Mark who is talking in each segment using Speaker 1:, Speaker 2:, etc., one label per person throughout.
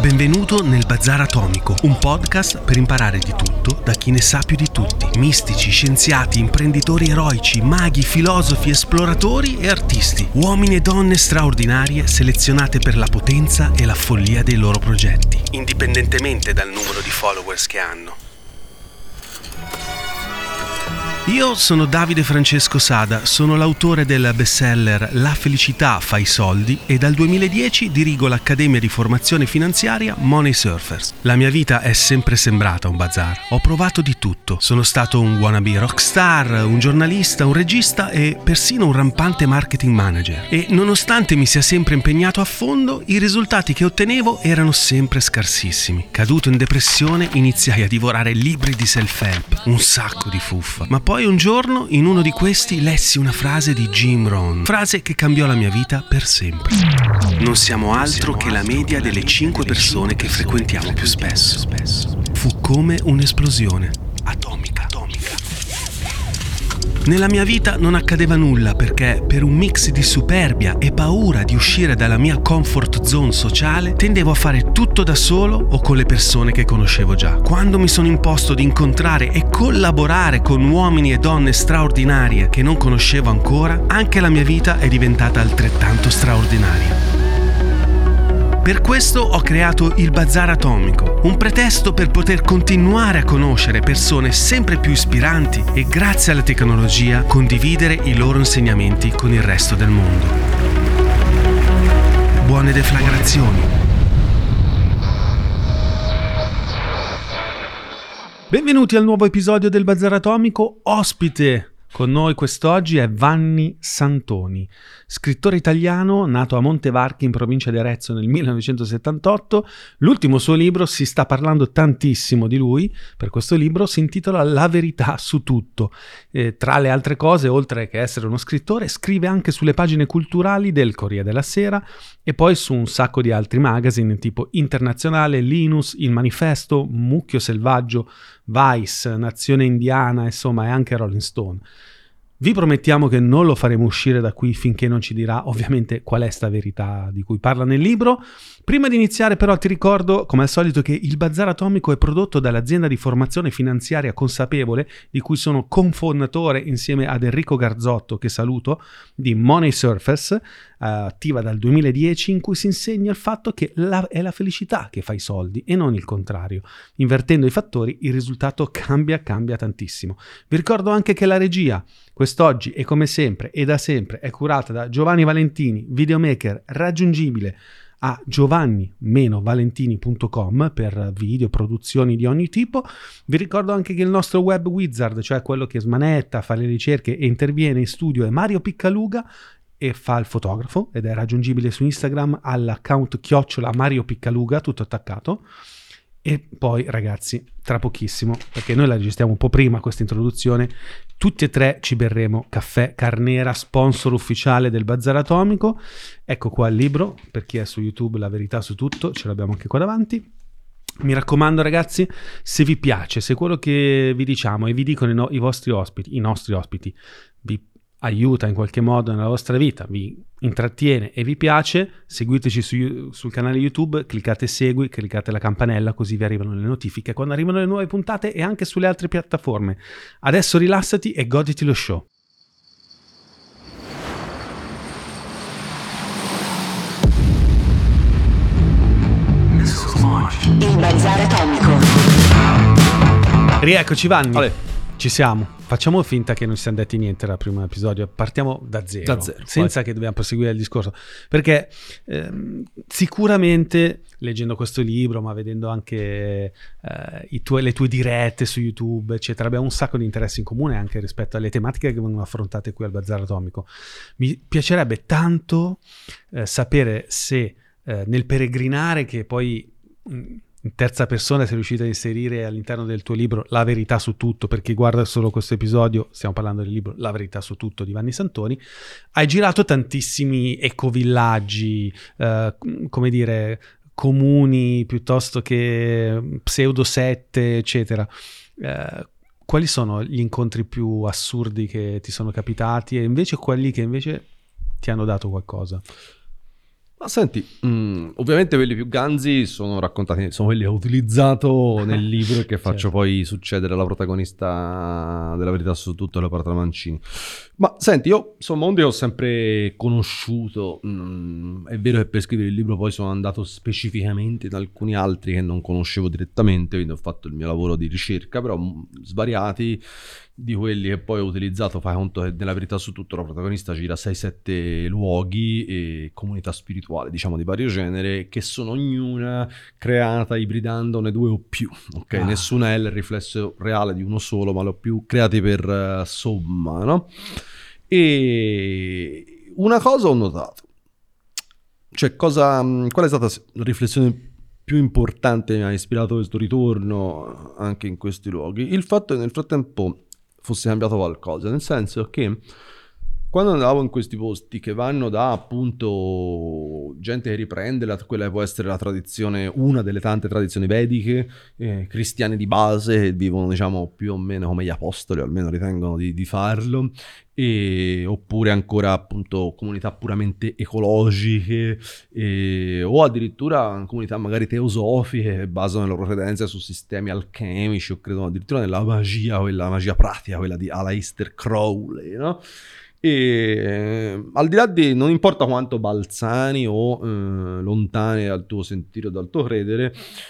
Speaker 1: Benvenuto nel Bazar Atomico, un podcast per imparare di tutto da chi ne sa più di tutti. Mistici, scienziati, imprenditori eroici, maghi, filosofi, esploratori e artisti. Uomini e donne straordinarie selezionate per la potenza e la follia dei loro progetti, indipendentemente dal numero di followers che hanno. Io sono Davide Francesco Sada, sono l'autore del bestseller La felicità fa i soldi e dal 2010 dirigo l'Accademia di Formazione Finanziaria Money Surfers. La mia vita è sempre sembrata un bazar. Ho provato di tutto. Sono stato un wannabe rockstar, un giornalista, un regista e persino un rampante marketing manager. E nonostante mi sia sempre impegnato a fondo, i risultati che ottenevo erano sempre scarsissimi. Caduto in depressione, iniziai a divorare libri di self-help, un sacco di fuffa. Ma poi un giorno, in uno di questi, lessi una frase di Jim Rohn, frase che cambiò la mia vita per sempre. Non siamo altro che la media delle 5 persone che frequentiamo più spesso. Fu come un'esplosione atomica. Nella mia vita non accadeva nulla perché, per un mix di superbia e paura di uscire dalla mia comfort zone sociale, tendevo a fare tutto da solo o con le persone che conoscevo già. Quando mi sono imposto di incontrare e collaborare con uomini e donne straordinarie che non conoscevo ancora, anche la mia vita è diventata altrettanto straordinaria. Per questo ho creato il Bazar Atomico, un pretesto per poter continuare a conoscere persone sempre più ispiranti e, grazie alla tecnologia, condividere i loro insegnamenti con il resto del mondo. Buone deflagrazioni. Benvenuti al nuovo episodio del Bazar Atomico. Ospite con noi quest'oggi è Vanni Santoni, scrittore italiano nato a Montevarchi in provincia di Arezzo nel 1978. L'ultimo suo libro, si sta parlando tantissimo di lui, per questo libro si intitola La verità su tutto. Tra le altre cose, oltre che essere uno scrittore, scrive anche sulle pagine culturali del Corriere della Sera e poi su un sacco di altri magazine tipo Internazionale, Linus, Il Manifesto, Mucchio Selvaggio, Vice, Nazione Indiana, insomma, e anche Rolling Stone. Vi promettiamo che non lo faremo uscire da qui finché non ci dirà ovviamente qual è sta verità di cui parla nel libro. Prima di iniziare però ti ricordo, come al solito, che il Bazar Atomico è prodotto dall'azienda di formazione finanziaria Consapevole, di cui sono cofondatore insieme ad Enrico Garzotto, che saluto, di Money Surfers, attiva dal 2010, in cui si insegna il fatto che è la felicità che fa i soldi e non il contrario. Invertendo i fattori il risultato cambia tantissimo. Vi ricordo anche che la regia quest'oggi e come sempre e da sempre è curata da Giovanni Valentini, videomaker raggiungibile a giovanni-valentini.com per video, produzioni di ogni tipo. Vi ricordo anche che il nostro web wizard, cioè quello che smanetta, fa le ricerche e interviene in studio, è Mario Piccaluga e fa il fotografo ed è raggiungibile su Instagram all'account @Mario Piccaluga, tutto attaccato. E poi, ragazzi, tra pochissimo, perché noi la registriamo un po' prima questa introduzione, tutti e tre ci berremo caffè Carnera, sponsor ufficiale del Bazar Atomico. Ecco qua il libro, per chi è su YouTube, La verità su tutto, ce l'abbiamo anche qua davanti. Mi raccomando, ragazzi, se vi piace, se quello che vi diciamo e vi dicono i nostri ospiti vi aiuta in qualche modo nella vostra vita, vi intrattiene e vi piace, seguiteci sul canale YouTube, cliccate segui, cliccate la campanella, così vi arrivano le notifiche quando arrivano le nuove puntate, e anche sulle altre piattaforme. Adesso rilassati e goditi lo show.
Speaker 2: Il Bazar Atomico.
Speaker 1: Rieccoci, Vanni.
Speaker 3: Olè.
Speaker 1: Ci siamo. Facciamo finta che non ci siamo detti niente dal primo episodio. Partiamo da zero senza che dobbiamo proseguire il discorso. Perché sicuramente, leggendo questo libro, ma vedendo anche le tue dirette su YouTube, eccetera, abbiamo un sacco di interessi in comune anche rispetto alle tematiche che vengono affrontate qui al Bazar Atomico. Mi piacerebbe tanto sapere se nel peregrinare che poi in terza persona sei riuscito a inserire all'interno del tuo libro La verità su tutto. Per chi guarda solo questo episodio, stiamo parlando del libro La verità su tutto di Vanni Santoni. Hai girato tantissimi ecovillaggi, come dire, comuni piuttosto che pseudosette, eccetera. Quali sono gli incontri più assurdi che ti sono capitati e invece quelli che invece ti hanno dato qualcosa?
Speaker 3: Ma senti, ovviamente quelli più ganzi sono raccontati, sono quelli che ho utilizzato nel libro e che faccio
Speaker 1: Certo.
Speaker 3: poi succedere alla protagonista della Verità su tutto, Leopoldo Mancini. Ma senti, io sono mondi che ho sempre conosciuto, è vero che per scrivere il libro poi sono andato specificamente in alcuni altri che non conoscevo direttamente, quindi ho fatto il mio lavoro di ricerca, però svariati di quelli che poi ho utilizzato, fai conto che nella Verità su tutto la protagonista gira 6-7 luoghi e comunità spirituali, diciamo di vario genere, che sono ognuna creata ibridandone 2 o più, ok? Nessuna è il riflesso reale di uno solo, ma lo più creati per somma, no? E una cosa ho notato, cioè qual è stata la riflessione più importante che mi ha ispirato questo ritorno anche in questi luoghi? Il fatto che nel frattempo fosse cambiato qualcosa, nel senso che quando andavo in questi posti che vanno da appunto gente che riprende quella che può essere la tradizione, una delle tante tradizioni vediche, cristiani di base che vivono diciamo più o meno come gli apostoli, o almeno ritengono di farlo, oppure ancora appunto comunità puramente ecologiche, o addirittura comunità magari teosofiche che basano le loro credenze su sistemi alchemici o credono addirittura nella magia, quella magia pratica, quella di Aleister Crowley, no? E al di là di non importa quanto balzani o lontani dal tuo sentire o dal tuo credere,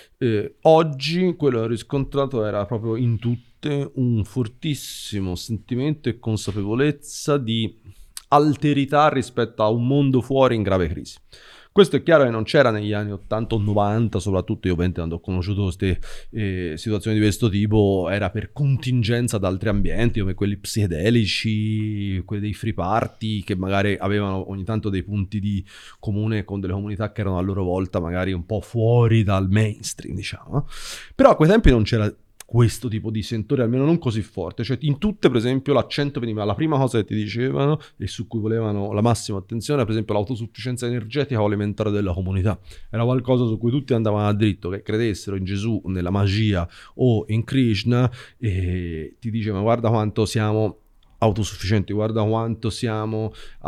Speaker 3: oggi quello che ho riscontrato era proprio in tutte un fortissimo sentimento e consapevolezza di alterità rispetto a un mondo fuori in grave crisi. Questo è chiaro che non c'era negli anni 80 o 90, soprattutto io ovviamente quando ho conosciuto queste situazioni di questo tipo era per contingenza da altri ambienti come quelli psichedelici, quelli dei free party che magari avevano ogni tanto dei punti di comune con delle comunità che erano a loro volta magari un po' fuori dal mainstream, diciamo. Però a quei tempi non c'era questo tipo di sentore, almeno non così forte, cioè in tutte per esempio l'accento veniva alla prima cosa che ti dicevano e su cui volevano la massima attenzione, per esempio l'autosufficienza energetica o alimentare della comunità, era qualcosa su cui tutti andavano a dritto, che credessero in Gesù, nella magia o in Krishna, e ti dicevano guarda quanto siamo autosufficienti, guarda quanto siamo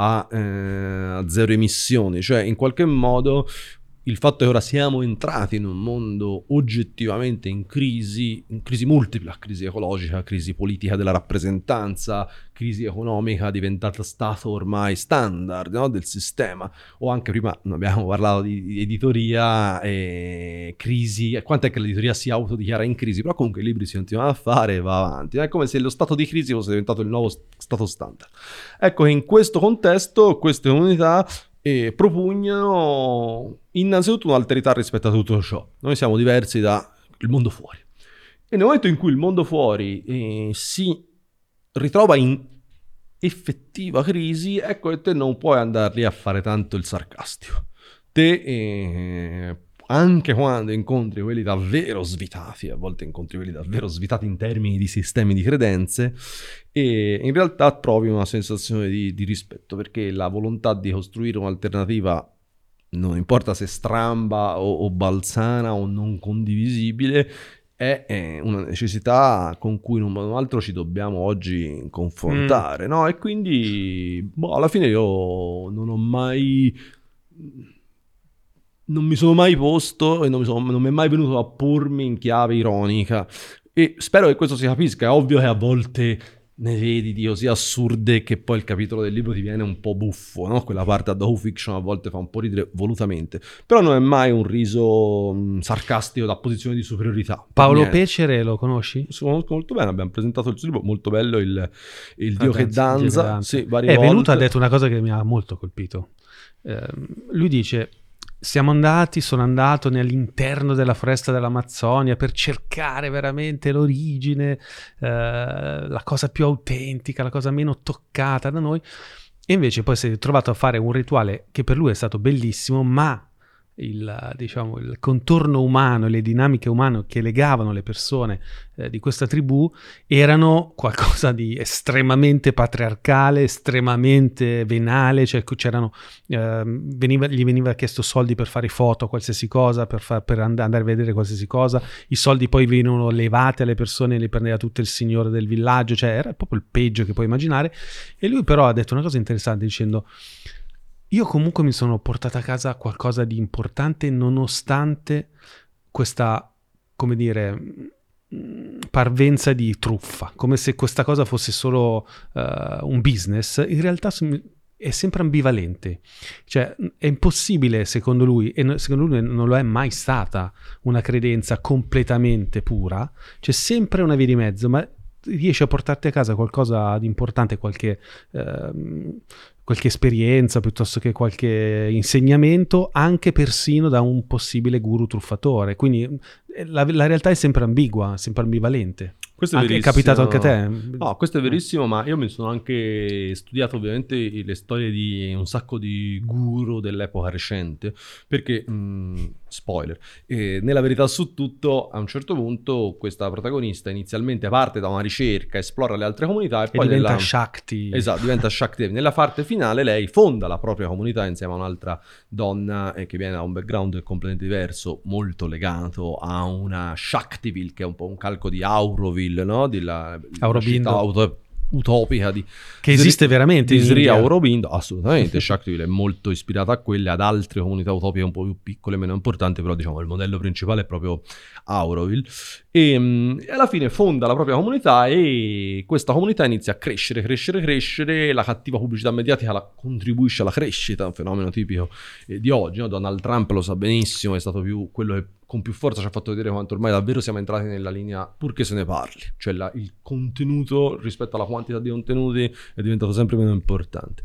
Speaker 3: a zero emissioni, cioè in qualche modo il fatto che ora siamo entrati in un mondo oggettivamente in crisi multipla, crisi ecologica, crisi politica della rappresentanza, crisi economica diventata stato ormai standard, no, del sistema, o anche prima abbiamo parlato di editoria, crisi, quant'è che l'editoria si autodichiara in crisi, però comunque i libri si continuano a fare e va avanti, è come se lo stato di crisi fosse diventato il nuovo stato standard. Ecco che in questo contesto queste comunità propugnano innanzitutto un'alterità rispetto a tutto ciò. Noi siamo diversi dal mondo fuori. E nel momento in cui il mondo fuori si ritrova in effettiva crisi, ecco che te non puoi andare lì a fare tanto il sarcastico. Te, anche quando incontri quelli davvero svitati, a volte incontri quelli davvero svitati in termini di sistemi di credenze, e in realtà trovi una sensazione di rispetto, perché la volontà di costruire un'alternativa, non importa se stramba o balzana o non condivisibile, è una necessità con cui in un modo o altro ci dobbiamo oggi confrontare, no? E quindi alla fine io non mi sono mai posto e non mi è mai venuto a pormi in chiave ironica, e spero che questo si capisca. È ovvio che a volte ne vedi di così assurde che poi il capitolo del libro ti viene un po' buffo, no? Quella parte a docu fiction a volte fa un po' ridere volutamente, però non è mai un riso sarcastico da posizione di superiorità.
Speaker 1: Paolo Pecere lo conosci?
Speaker 3: Lo conosco molto bene, abbiamo presentato il suo libro, molto bello, il Dio che danza. Sì, varie
Speaker 1: è
Speaker 3: volte.
Speaker 1: venuto, ha detto una cosa che mi ha molto colpito. Lui dice: sono andato nell'interno della foresta dell'Amazzonia per cercare veramente l'origine, la cosa più autentica, la cosa meno toccata da noi, e invece poi si è trovato a fare un rituale che per lui è stato bellissimo, ma il contorno umano e le dinamiche umane che legavano le persone di questa tribù erano qualcosa di estremamente patriarcale, estremamente venale, cioè gli veniva chiesto soldi per fare foto, qualsiasi cosa, per andare a vedere qualsiasi cosa, i soldi poi venivano levati alle persone, li prendeva tutto il signore del villaggio, cioè era proprio il peggio che puoi immaginare. E lui però ha detto una cosa interessante dicendo: io comunque mi sono portata a casa qualcosa di importante nonostante questa, come dire, parvenza di truffa, come se questa cosa fosse solo un business. In realtà è sempre ambivalente, cioè è impossibile secondo lui, e secondo lui non lo è mai stata una credenza completamente pura, c'è sempre una via di mezzo, ma riesci a portarti a casa qualcosa di importante, qualche esperienza piuttosto che qualche insegnamento, anche persino da un possibile guru truffatore. Quindi la realtà è sempre ambigua, sempre ambivalente.
Speaker 3: Questo è
Speaker 1: È
Speaker 3: verissimo.
Speaker 1: capitato anche a te?
Speaker 3: No, questo è verissimo, ma io mi sono anche studiato ovviamente le storie di un sacco di guru dell'epoca recente, perché, spoiler, nella verità su tutto, a un certo punto questa protagonista inizialmente parte da una ricerca, esplora le altre comunità e poi
Speaker 1: diventa Shakti.
Speaker 3: Esatto, diventa Shakti. Nella parte finale lei fonda la propria comunità insieme a un'altra donna che viene da un background completamente diverso, molto legato a una Shaktiville, che è un po' un calco di Auroville, no? La città utopica
Speaker 1: che esiste veramente
Speaker 3: di
Speaker 1: in
Speaker 3: Sri
Speaker 1: India.
Speaker 3: Aurobindo, assolutamente. Shaktiville è molto ispirata a quelle, ad altre comunità utopiche un po' più piccole, meno importanti, però diciamo il modello principale è proprio Auroville. E alla fine fonda la propria comunità e questa comunità inizia a crescere. La cattiva pubblicità mediatica contribuisce alla crescita, un fenomeno tipico di oggi, no? Donald Trump lo sa benissimo, è stato più quello che con più forza ci ha fatto vedere quanto ormai davvero siamo entrati nella linea purché se ne parli, cioè il contenuto rispetto alla quantità di contenuti è diventato sempre meno importante.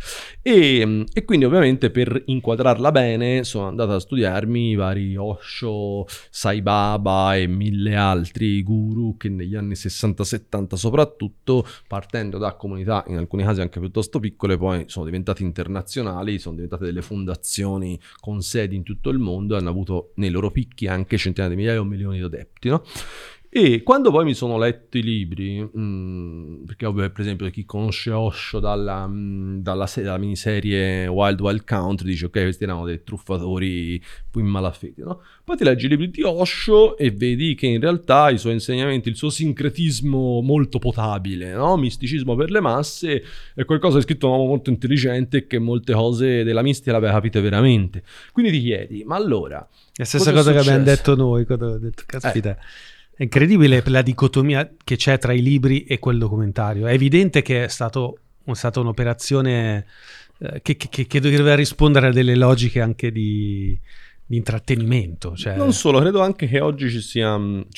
Speaker 3: E quindi ovviamente per inquadrarla bene sono andato a studiarmi i vari Osho, Sai Baba e 1000 altri guru che negli anni 60-70 soprattutto, partendo da comunità in alcuni casi anche piuttosto piccole, poi sono diventati internazionali, sono diventate delle fondazioni con sedi in tutto il mondo e hanno avuto nei loro picchi anche centinaia di migliaia o milioni di adepti, no? E quando poi mi sono letto i libri, perché ovvio, per esempio chi conosce Osho dalla miniserie Wild Wild Country dice ok, questi erano dei truffatori in malafede, no? Poi ti leggi i libri di Osho e vedi che in realtà i suoi insegnamenti, il suo sincretismo molto potabile, no? Misticismo per le masse, è qualcosa che è scritto da un uomo molto intelligente e che molte cose della mistica le aveva capite veramente. quindi ti chiedi, ma allora...
Speaker 1: La stessa cosa che abbiamo detto noi, quando ho detto, caspita... È incredibile la dicotomia che c'è tra i libri e quel documentario. È evidente che è stata un'operazione che doveva rispondere a delle logiche anche di intrattenimento. Cioè...
Speaker 3: Non solo, credo anche che oggi ci sia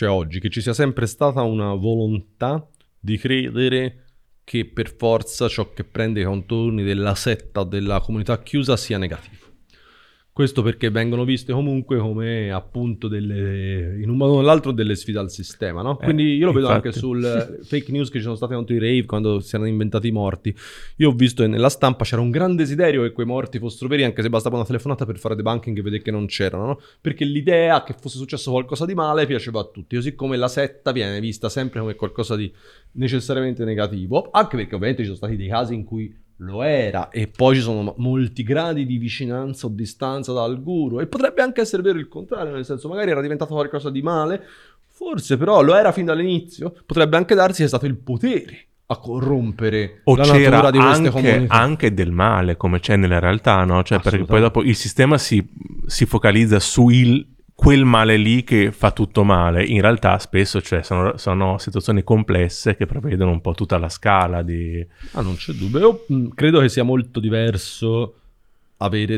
Speaker 3: sempre stata una volontà di credere che per forza ciò che prende i contorni della setta o della comunità chiusa sia negativo. Questo perché vengono viste comunque come appunto in un modo o nell'altro delle sfide al sistema, no? Quindi io lo vedo anche sul fake news che ci sono state contro i rave quando si erano inventati i morti. Io ho visto che nella stampa c'era un gran desiderio che quei morti fossero veri, anche se bastava una telefonata per fare debunking e vedere che non c'erano, no? Perché l'idea che fosse successo qualcosa di male piaceva a tutti, così come la setta viene vista sempre come qualcosa di necessariamente negativo, anche perché ovviamente ci sono stati dei casi in cui lo era e poi ci sono molti gradi di vicinanza o distanza dal guru e potrebbe anche essere vero il contrario, nel senso magari era diventato qualcosa di male, forse però lo era fin dall'inizio, potrebbe anche darsi che è stato il potere a corrompere
Speaker 4: o
Speaker 3: la
Speaker 4: c'era
Speaker 3: natura di queste comunità.
Speaker 4: Anche del male come c'è nella realtà, no? Cioè perché poi dopo il sistema si focalizza su quel male lì che fa tutto male. In realtà spesso sono situazioni complesse che prevedono un po' tutta la scala di...
Speaker 3: non c'è dubbio. Io credo che sia molto diverso avere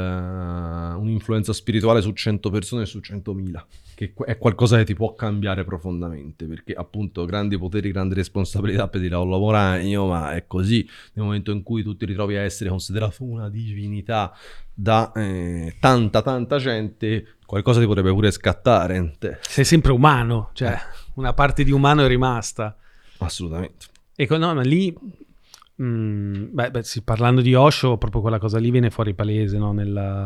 Speaker 3: un'influenza spirituale su 100 persone su 100.000, che è qualcosa che ti può cambiare profondamente, perché appunto grandi poteri, grandi responsabilità per dire lavoro ragno, ma è così. Nel momento in cui tu ti ritrovi a essere considerato una divinità da tanta gente, qualcosa ti potrebbe pure scattare.
Speaker 1: Sei sempre umano, cioè una parte di umano è rimasta.
Speaker 3: Assolutamente.
Speaker 1: Ecco, no, ma lì sì, parlando di Osho, proprio quella cosa lì viene fuori palese, no?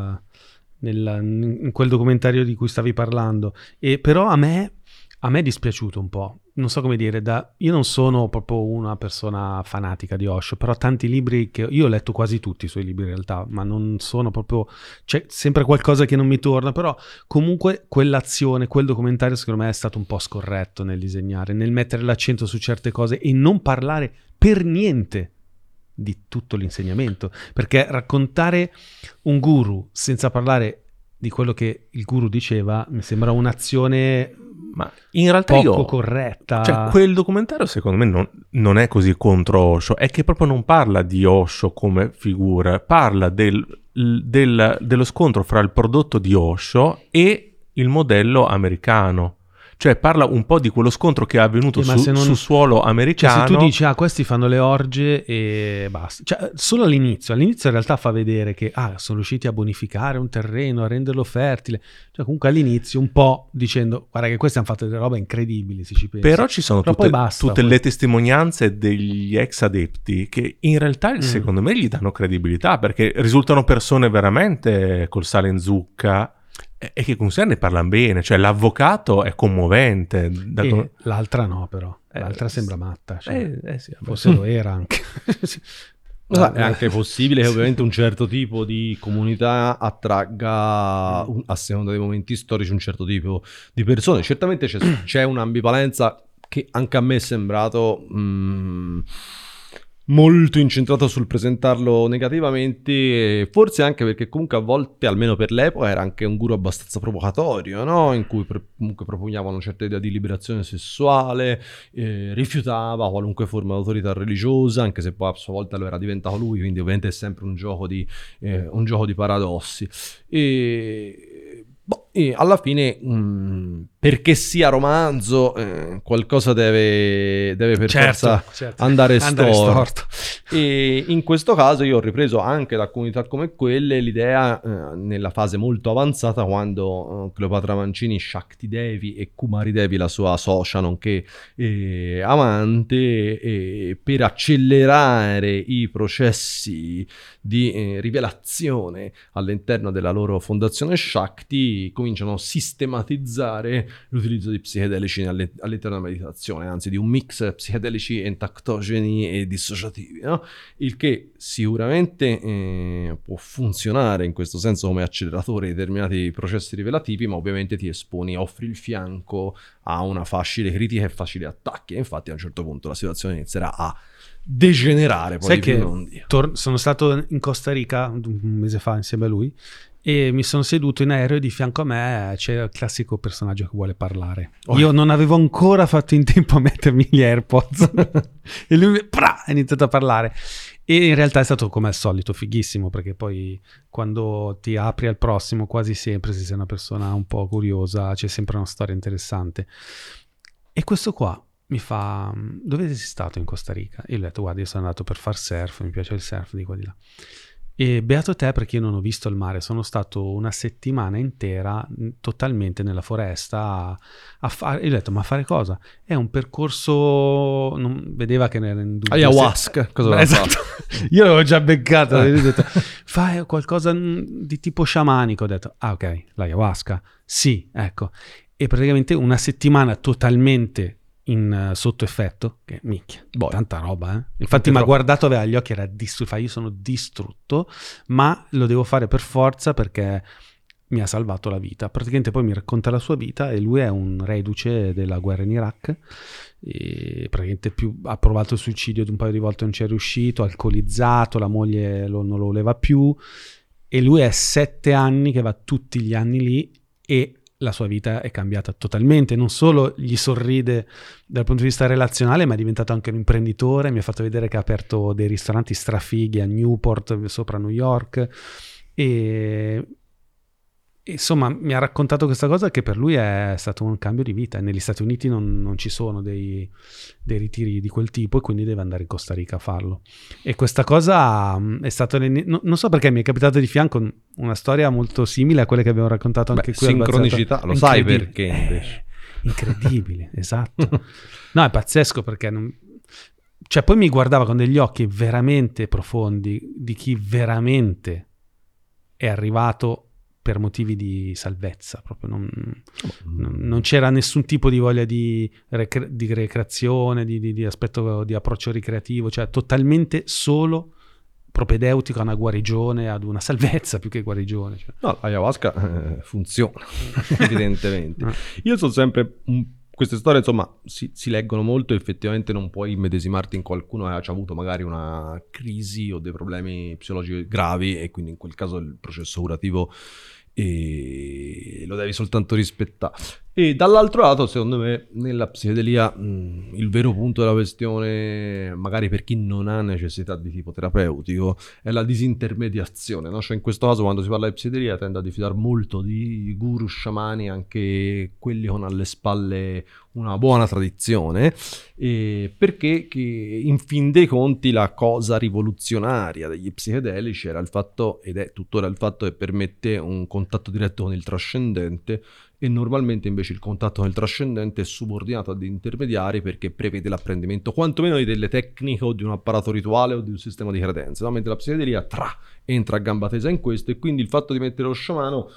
Speaker 1: In quel documentario di cui stavi parlando. E però a me è dispiaciuto un po', non so come dire, io non sono proprio una persona fanatica di Osho, però tanti libri che io ho letto, quasi tutti i suoi libri in realtà, ma non sono proprio, c'è sempre qualcosa che non mi torna, però comunque quell'azione, quel documentario secondo me è stato un po' scorretto nel disegnare, nel mettere l'accento su certe cose e non parlare per niente di tutto l'insegnamento, perché raccontare un guru senza parlare di quello che il guru diceva mi sembra un'azione
Speaker 4: ma in realtà
Speaker 1: poco corretta.
Speaker 4: Cioè, quel documentario secondo me non è così contro Osho, è che proprio non parla di Osho come figura, parla dello scontro fra il prodotto di Osho e il modello americano. Cioè parla un po' di quello scontro che è avvenuto su suolo americano.
Speaker 1: Cioè, se tu dici, questi fanno le orge e basta. Cioè, solo all'inizio in realtà fa vedere che sono riusciti a bonificare un terreno, a renderlo fertile. Cioè, comunque all'inizio un po' dicendo, guarda che questi hanno fatto delle robe incredibili, se ci pensi.
Speaker 4: Però ci sono tutte le testimonianze degli ex adepti che in realtà secondo me gli danno credibilità, perché risultano persone veramente col sale in zucca. E che con sé ne parlano bene, cioè l'avvocato è commovente.
Speaker 1: L'altra no, però. L'altra sembra matta. Cioè,
Speaker 4: sì,
Speaker 1: forse lo era anche.
Speaker 3: È anche possibile che ovviamente un certo tipo di comunità attragga, a seconda dei momenti storici, un certo tipo di persone. Certamente c'è un'ambivalenza che anche a me è sembrato molto incentrato sul presentarlo negativamente, forse anche perché comunque a volte, almeno per l'epoca, era anche un guru abbastanza provocatorio, no? In cui comunque propugnava una certa idea di liberazione sessuale, rifiutava qualunque forma di autorità religiosa, anche se poi a sua volta lo era diventato lui, quindi ovviamente è sempre un gioco di paradossi. E alla fine, perché sia romanzo, qualcosa deve per forza andare storto. E in questo caso io ho ripreso anche da comunità come quelle l'idea nella fase molto avanzata, quando Cleopatra Mancini, Shakti Devi e Kumari Devi, la sua socia nonché amante, per accelerare i processi di rivelazione all'interno della loro fondazione Shakti, cominciano a sistematizzare l'utilizzo di psichedelici all'interno della meditazione, anzi di un mix psichedelici entactogeni e dissociativi, no? Il che sicuramente può funzionare in questo senso come acceleratore di determinati processi rivelativi, ma ovviamente ti esponi, offri il fianco a una facile critica e facili attacchi, e infatti a un certo punto la situazione inizierà a degenerare. Poi
Speaker 1: sai che sono stato in Costa Rica un mese fa insieme a lui e mi sono seduto in aereo e di fianco a me c'era il classico personaggio che vuole parlare. Io non avevo ancora fatto in tempo a mettermi gli AirPods e lui ha iniziato a parlare, e in realtà è stato come al solito fighissimo, perché poi quando ti apri al prossimo quasi sempre, se sei una persona un po' curiosa, c'è sempre una storia interessante. E questo qua mi fa: dove sei stato in Costa Rica? E io gli ho detto: guarda, io sono andato per far surf, mi piace il surf di qua di là. E beato te, perché io non ho visto il mare, sono stato una settimana intera totalmente nella foresta a fare. E gli ho detto: ma fare cosa? È un percorso, non vedeva che ne era in dubbio.
Speaker 3: Ayahuasca, cosa
Speaker 1: esatto. Io l'avevo già beccato, ho detto: fai qualcosa di tipo sciamanico. Ho detto: ah, ok, l'ayahuasca, sì, ecco. E praticamente una settimana totalmente in sotto effetto, che minchia, tanta roba, Infatti mi ha guardato, aveva gli occhi, era distrutto. Io sono distrutto, ma lo devo fare per forza perché mi ha salvato la vita. Praticamente poi mi racconta la sua vita, e lui è un reduce della guerra in Iraq, e praticamente ha provato il suicidio un paio di volte, non ci è riuscito, alcolizzato, la moglie non lo voleva più, e lui è 7 anni che va tutti gli anni lì, e la sua vita è cambiata totalmente. Non solo gli sorride dal punto di vista relazionale, ma è diventato anche un imprenditore. Mi ha fatto vedere che ha aperto dei ristoranti strafighi a Newport, sopra New York, e insomma mi ha raccontato questa cosa, che per lui è stato un cambio di vita. Negli Stati Uniti non ci sono dei ritiri di quel tipo, e quindi deve andare in Costa Rica a farlo. E questa cosa è stata, non so perché mi è capitato di fianco una storia molto simile a quelle che abbiamo raccontato anche qui.
Speaker 3: Sincronicità, lo sai perché invece.
Speaker 1: Incredibile, esatto. No, è pazzesco, perché cioè poi mi guardava con degli occhi veramente profondi di chi veramente è arrivato per motivi di salvezza, proprio non c'era nessun tipo di voglia di recreazione, di aspetto, di approccio ricreativo, cioè totalmente solo propedeutico a una guarigione, ad una salvezza più che guarigione. Cioè.
Speaker 3: No, l'ayahuasca funziona, evidentemente. Io sono sempre queste storie insomma si leggono molto e effettivamente non puoi immedesimarti in qualcuno che ha avuto magari una crisi o dei problemi psicologici gravi e quindi in quel caso il processo curativo lo devi soltanto rispettare. E dall'altro lato, secondo me, nella psichedelia il vero punto della questione, magari per chi non ha necessità di tipo terapeutico, è la disintermediazione, no? Cioè in questo caso quando si parla di psichedelia tende a diffidare molto di guru, sciamani, anche quelli con alle spalle una buona tradizione, perché in fin dei conti la cosa rivoluzionaria degli psichedelici era il fatto, ed è tuttora il fatto, che permette un contatto diretto con il trascendente, e normalmente invece il contatto con il trascendente è subordinato ad intermediari perché prevede l'apprendimento quantomeno di delle tecniche o di un apparato rituale o di un sistema di credenze, no? Mentre la psichedelia entra a gamba tesa in questo, e quindi il fatto di mettere lo sciamano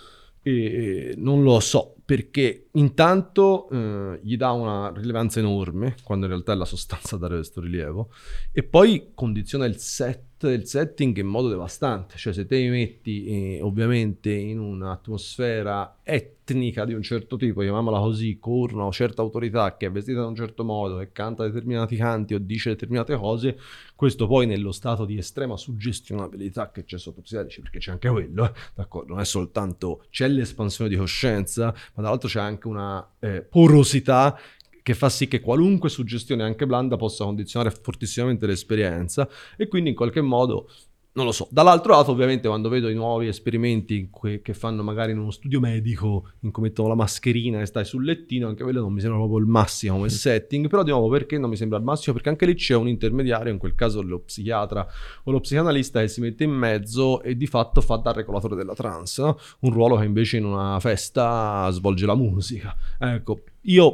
Speaker 3: non lo so, perché intanto gli dà una rilevanza enorme quando in realtà è la sostanza a dare questo rilievo, e poi condiziona il setting in modo devastante. Cioè se te mi metti ovviamente in un'atmosfera etnica di un certo tipo, chiamiamola così, con una certa autorità che è vestita in un certo modo, che canta determinati canti o dice determinate cose, questo poi nello stato di estrema suggestionabilità che c'è sotto psichedelici, perché c'è anche quello, d'accordo? Non è soltanto, c'è l'espansione di coscienza, ma dall'altro c'è anche una porosità che fa sì che qualunque suggestione, anche blanda, possa condizionare fortissimamente l'esperienza, e quindi in qualche modo, non lo so. Dall'altro lato, ovviamente, quando vedo i nuovi esperimenti che fanno magari in uno studio medico, in cui mettono la mascherina e stai sul lettino, anche quello non mi sembra proprio il massimo come setting, però di nuovo perché non mi sembra il massimo? Perché anche lì c'è un intermediario, in quel caso lo psichiatra o lo psicanalista, che si mette in mezzo e di fatto fa da regolatore della trance, no? Un ruolo che invece in una festa svolge la musica. Ecco, io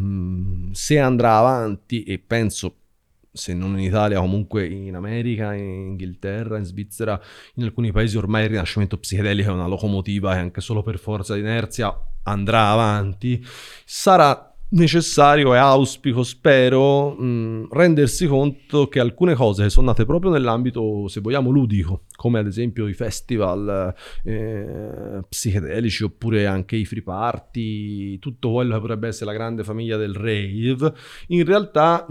Speaker 3: se andrà avanti, e penso, se non in Italia, comunque in America, in Inghilterra, in Svizzera, in alcuni paesi ormai il rinascimento psichedelico è una locomotiva e anche solo per forza di inerzia andrà avanti, sarà necessario, e auspico, spero, rendersi conto che alcune cose che sono nate proprio nell'ambito, se vogliamo, ludico, come ad esempio i festival psichedelici, oppure anche i free party, tutto quello che potrebbe essere la grande famiglia del rave, in realtà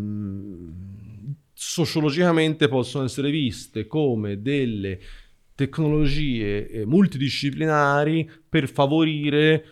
Speaker 3: sociologicamente possono essere viste come delle tecnologie multidisciplinari per favorire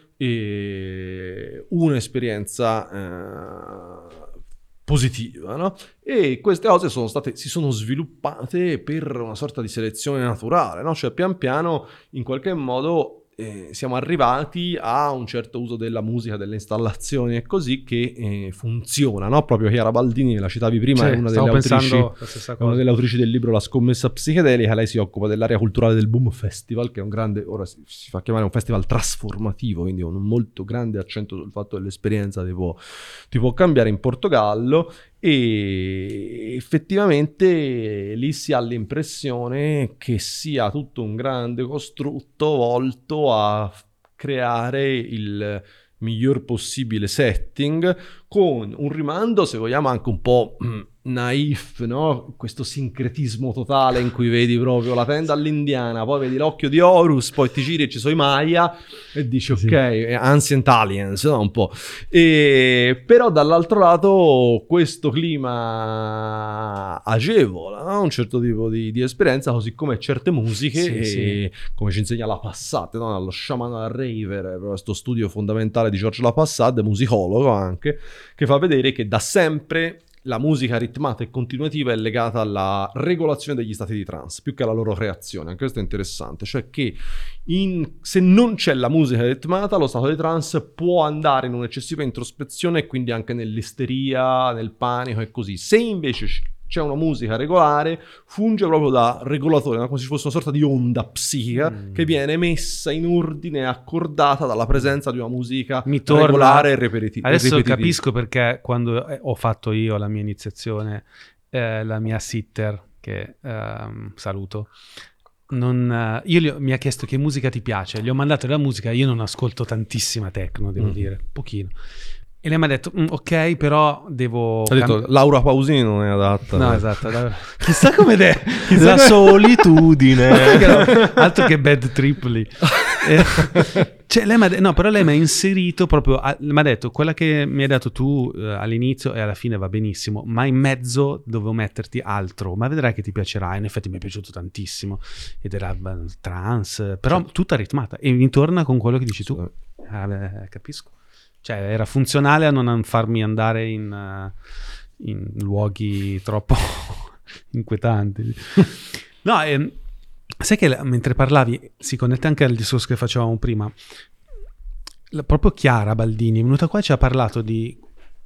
Speaker 3: un'esperienza positiva, no? E queste cose si sono sviluppate per una sorta di selezione naturale, no? Cioè pian piano in qualche modo siamo arrivati a un certo uso della musica, delle installazioni e così, che funziona, no? Proprio Chiara Baldini, la citavi prima, è una delle autrici del libro La scommessa psichedelica. Lei si occupa dell'area culturale del Boom Festival, che è un grande, ora si fa chiamare un festival trasformativo, quindi con un molto grande accento sul fatto che l'esperienza ti può cambiare, in Portogallo. E effettivamente lì si ha l'impressione che sia tutto un grande costrutto volto a creare il miglior possibile setting, con un rimando, se vogliamo, anche un po' naif, no? Questo sincretismo totale in cui vedi proprio la tenda all'indiana, poi vedi l'occhio di Horus, poi ti giri e ci sono i Maya e dici ok, Ancient Aliens, no? Un po'. Però dall'altro lato questo clima agevola, no? Un certo tipo di esperienza, così come certe musiche, come ci insegna Lapassat, no? Dallo sciamano al raver, questo studio fondamentale di Georges Lapassat, musicologo anche, che fa vedere che da sempre la musica ritmata e continuativa è legata alla regolazione degli stati di trance più che alla loro creazione. Anche questo è interessante, cioè che se non c'è la musica ritmata, lo stato di trance può andare in un'eccessiva introspezione e quindi anche nell'isteria, nel panico e così. Se invece c'è una musica regolare, funge proprio da regolatore, no? Come se fosse una sorta di onda psichica che viene messa in ordine e accordata dalla presenza di una musica regolare e ripetitiva.
Speaker 1: Adesso capisco perché quando ho fatto io la mia iniziazione, la mia sitter, che saluto, mi ha chiesto che musica ti piace, gli ho mandato della musica. Io non ascolto tantissima techno, devo dire, pochino. E lei mi ha detto, ok, però devo...
Speaker 3: Ha detto, Laura Pausini non è adatta.
Speaker 1: No, esatto. Chissà come la solitudine. Altro che bad trip lì. Cioè, però lei mi ha inserito proprio, mi ha detto, quella che mi hai dato tu all'inizio e alla fine va benissimo, ma in mezzo dovevo metterti altro, ma vedrai che ti piacerà. In effetti mi è piaciuto tantissimo, ed era trance, però tutta ritmata, e mi torna con quello che dici tu. Capisco. Cioè, era funzionale a non farmi andare in luoghi troppo inquietanti. No, sai che mentre parlavi si connette anche al discorso che facevamo prima. Proprio Chiara Baldini è venuta qua e ci ha parlato di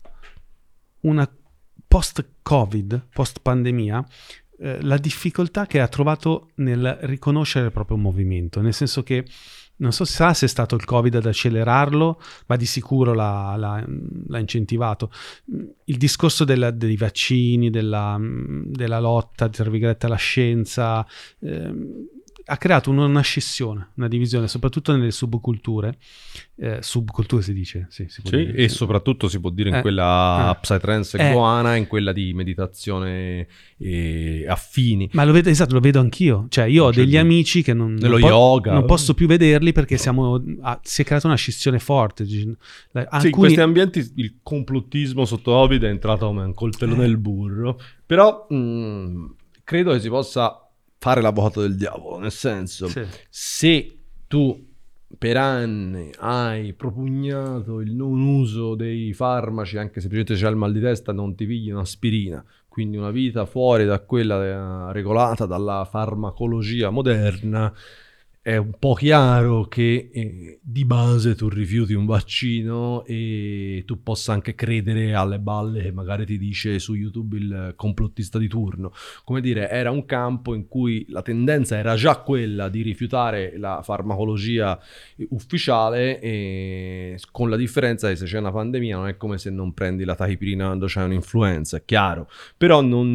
Speaker 1: una post-Covid, post-pandemia, la difficoltà che ha trovato nel riconoscere il proprio movimento, nel senso che non so se è stato il Covid ad accelerarlo, ma di sicuro l'ha incentivato. Il discorso dei vaccini, della lotta, tra virgolette, alla scienza, ha creato una scissione, una divisione, soprattutto nelle subculture. Subculture si dice? Sì, si può dire,
Speaker 3: e soprattutto si può dire in quella psytrance goana, in quella di meditazione affini.
Speaker 1: Ma lo vedo anch'io. Cioè, io ho degli amici che
Speaker 3: yoga.
Speaker 1: Non posso più vederli perché si è creata una scissione forte.
Speaker 3: Sì, in questi ambienti il complottismo sotto Covid è entrato come un coltello nel burro. Però credo che si possa fare l'avvocato del diavolo, nel senso, se tu per anni hai propugnato il non uso dei farmaci, anche se c'è il mal di testa, non ti pigli un'aspirina, quindi una vita fuori da quella regolata dalla farmacologia moderna, è un po' chiaro che di base tu rifiuti un vaccino e tu possa anche credere alle balle che magari ti dice su YouTube il complottista di turno. Come dire, era un campo in cui la tendenza era già quella di rifiutare la farmacologia ufficiale, e con la differenza che se c'è una pandemia non è come se non prendi la tachipirina quando c'è un'influenza, è chiaro. Però non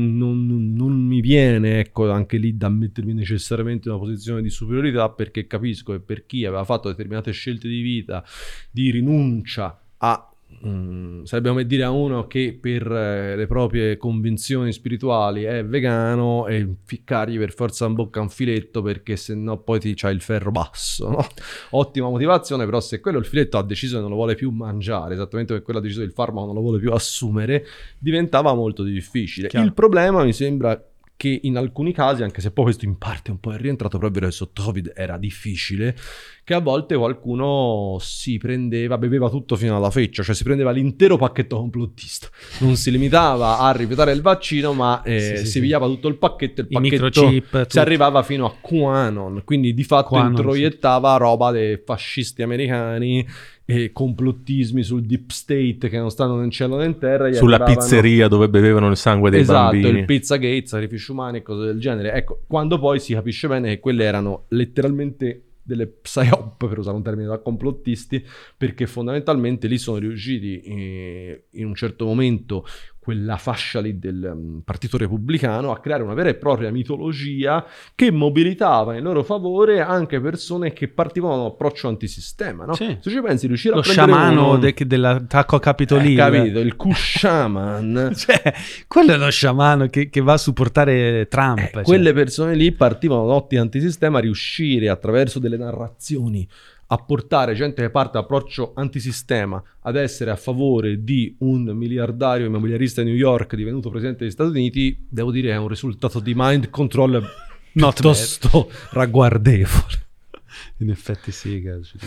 Speaker 3: mi viene, ecco, anche lì da mettermi necessariamente in una posizione di superiorità, perché capisco che per chi aveva fatto determinate scelte di vita, di rinuncia a sarebbe come dire a uno che per le proprie convinzioni spirituali è vegano e ficcargli per forza in bocca un filetto perché sennò poi c'hai il ferro basso, no? Ottima motivazione, però se quello il filetto ha deciso che non lo vuole più mangiare, esattamente come quello ha deciso che il farmaco non lo vuole più assumere, diventava molto difficile. Chiaro. Il problema mi sembra che in alcuni casi, anche se poi questo in parte un po' è rientrato, proprio che sotto Covid era difficile, che a volte qualcuno si beveva tutto fino alla feccia, cioè si prendeva l'intero pacchetto complottista, non si limitava a rifiutare il vaccino, ma si pigliava tutto il pacchetto,
Speaker 1: microchip,
Speaker 3: si arrivava fino a QAnon, quindi di fatto introiettava roba dei fascisti americani e complottismi sul deep state che non stanno né in cielo né in terra,
Speaker 4: sulla pizzeria dove bevevano il sangue dei bambini,
Speaker 3: il Pizzagate, sacrifici umani e cose del genere. Ecco, quando poi si capisce bene che quelle erano letteralmente delle psyop, per usare un termine da complottisti, perché fondamentalmente lì sono riusciti in un certo momento, quella fascia lì del Partito Repubblicano, a creare una vera e propria mitologia che mobilitava in loro favore anche persone che partivano da un approccio antisistema, no?
Speaker 1: Sì.
Speaker 3: Se ci pensi, riuscire
Speaker 1: lo
Speaker 3: a prendere
Speaker 1: sciamano dell'attacco a Capitolino,
Speaker 3: capito, il Q-Shaman
Speaker 1: cioè, quello è lo sciamano che va a supportare Trump, cioè.
Speaker 3: Quelle persone lì partivano da ottica antisistema, riuscire attraverso delle narrazioni a portare gente che parte da approccio antisistema ad essere a favore di un miliardario immobiliarista di New York divenuto presidente degli Stati Uniti, devo dire è un risultato di mind control piuttosto ragguardevole.
Speaker 1: In effetti sì,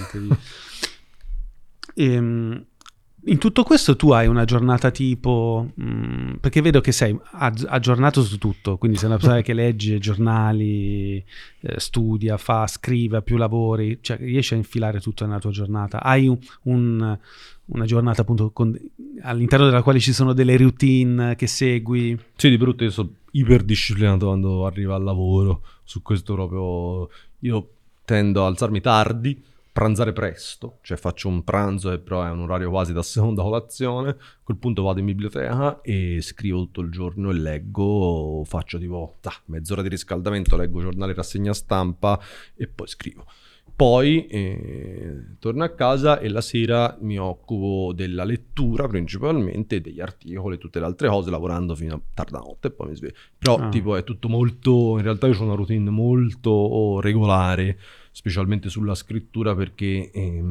Speaker 1: in tutto questo tu hai una giornata tipo, perché vedo che sei aggiornato su tutto, quindi sei una persona che legge giornali, studia, scrive, ha più lavori, cioè riesci a infilare tutto nella tua giornata. Hai una giornata appunto all'interno della quale ci sono delle routine che segui?
Speaker 3: Sì, di brutto io sono iperdisciplinato quando arrivo al lavoro, su questo proprio io tendo ad alzarmi tardi, pranzare presto, cioè faccio un pranzo che però è un orario quasi da seconda colazione, a quel punto vado in biblioteca e scrivo tutto il giorno e leggo, faccio tipo mezz'ora di riscaldamento, leggo giornale, rassegna stampa e poi scrivo. Poi torno a casa e la sera mi occupo della lettura principalmente, degli articoli e tutte le altre cose, lavorando fino a tarda notte e poi mi sveglio. Però tipo è tutto molto, in realtà io ho una routine molto regolare, specialmente sulla scrittura, perché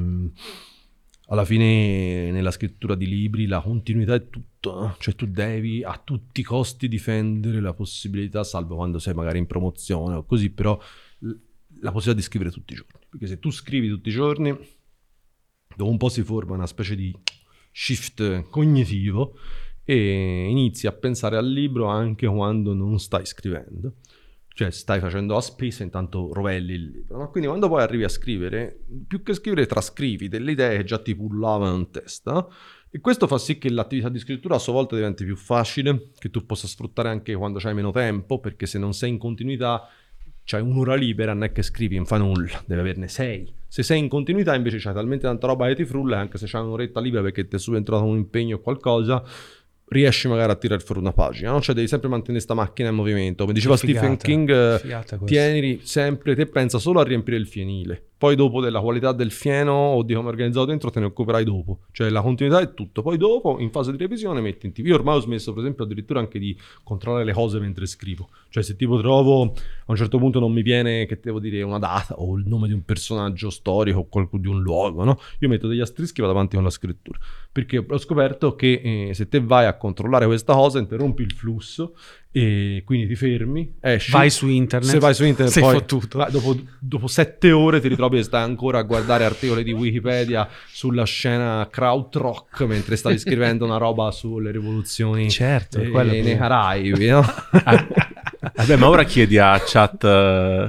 Speaker 3: alla fine nella scrittura di libri la continuità è tutto, no? Cioè tu devi a tutti i costi difendere la possibilità, salvo quando sei magari in promozione o così, però la possibilità di scrivere tutti i giorni, perché se tu scrivi tutti i giorni dopo un po' si forma una specie di shift cognitivo e inizi a pensare al libro anche quando non stai scrivendo, cioè stai facendo la spesa intanto rovelli il libro, no? Quindi quando poi arrivi a scrivere, più che scrivere trascrivi delle idee che già ti pullavano in testa, e questo fa sì che l'attività di scrittura a sua volta diventi più facile, che tu possa sfruttare anche quando c'hai meno tempo, perché se non sei in continuità c'hai un'ora libera, non è che scrivi, non fa nulla, devi averne 6. Se sei in continuità invece c'hai talmente tanta roba che ti frulla, anche se c'hai un'oretta libera perché ti è subentrato un impegno o qualcosa, riesci magari a tirare fuori una pagina, no? Cioè devi sempre mantenere sta macchina in movimento. Come diceva Stephen King, tieni sempre, te pensa solo a riempire il fienile, poi dopo della qualità del fieno o di come è organizzato dentro te ne occuperai dopo, cioè la continuità è tutto, poi dopo in fase di revisione metti in TV. Io ormai ho smesso per esempio addirittura anche di controllare le cose mentre scrivo, cioè se tipo trovo a un certo punto non mi viene, che devo dire, una data o il nome di un personaggio storico o di un luogo, no? Io metto degli asterischi e vado avanti con la scrittura, perché ho scoperto che se te vai a controllare questa cosa interrompi il flusso e quindi ti fermi, esci,
Speaker 1: vai su internet,
Speaker 3: se vai su internet
Speaker 1: sei
Speaker 3: poi
Speaker 1: fottuto.
Speaker 3: Dopo 7 ore ti ritrovi e stai ancora a guardare articoli di Wikipedia sulla scena krautrock mentre stavi scrivendo una roba sulle rivoluzioni,
Speaker 1: certo,
Speaker 3: nei Caraibi, no?
Speaker 4: Vabbè, ma ora chiedi a chat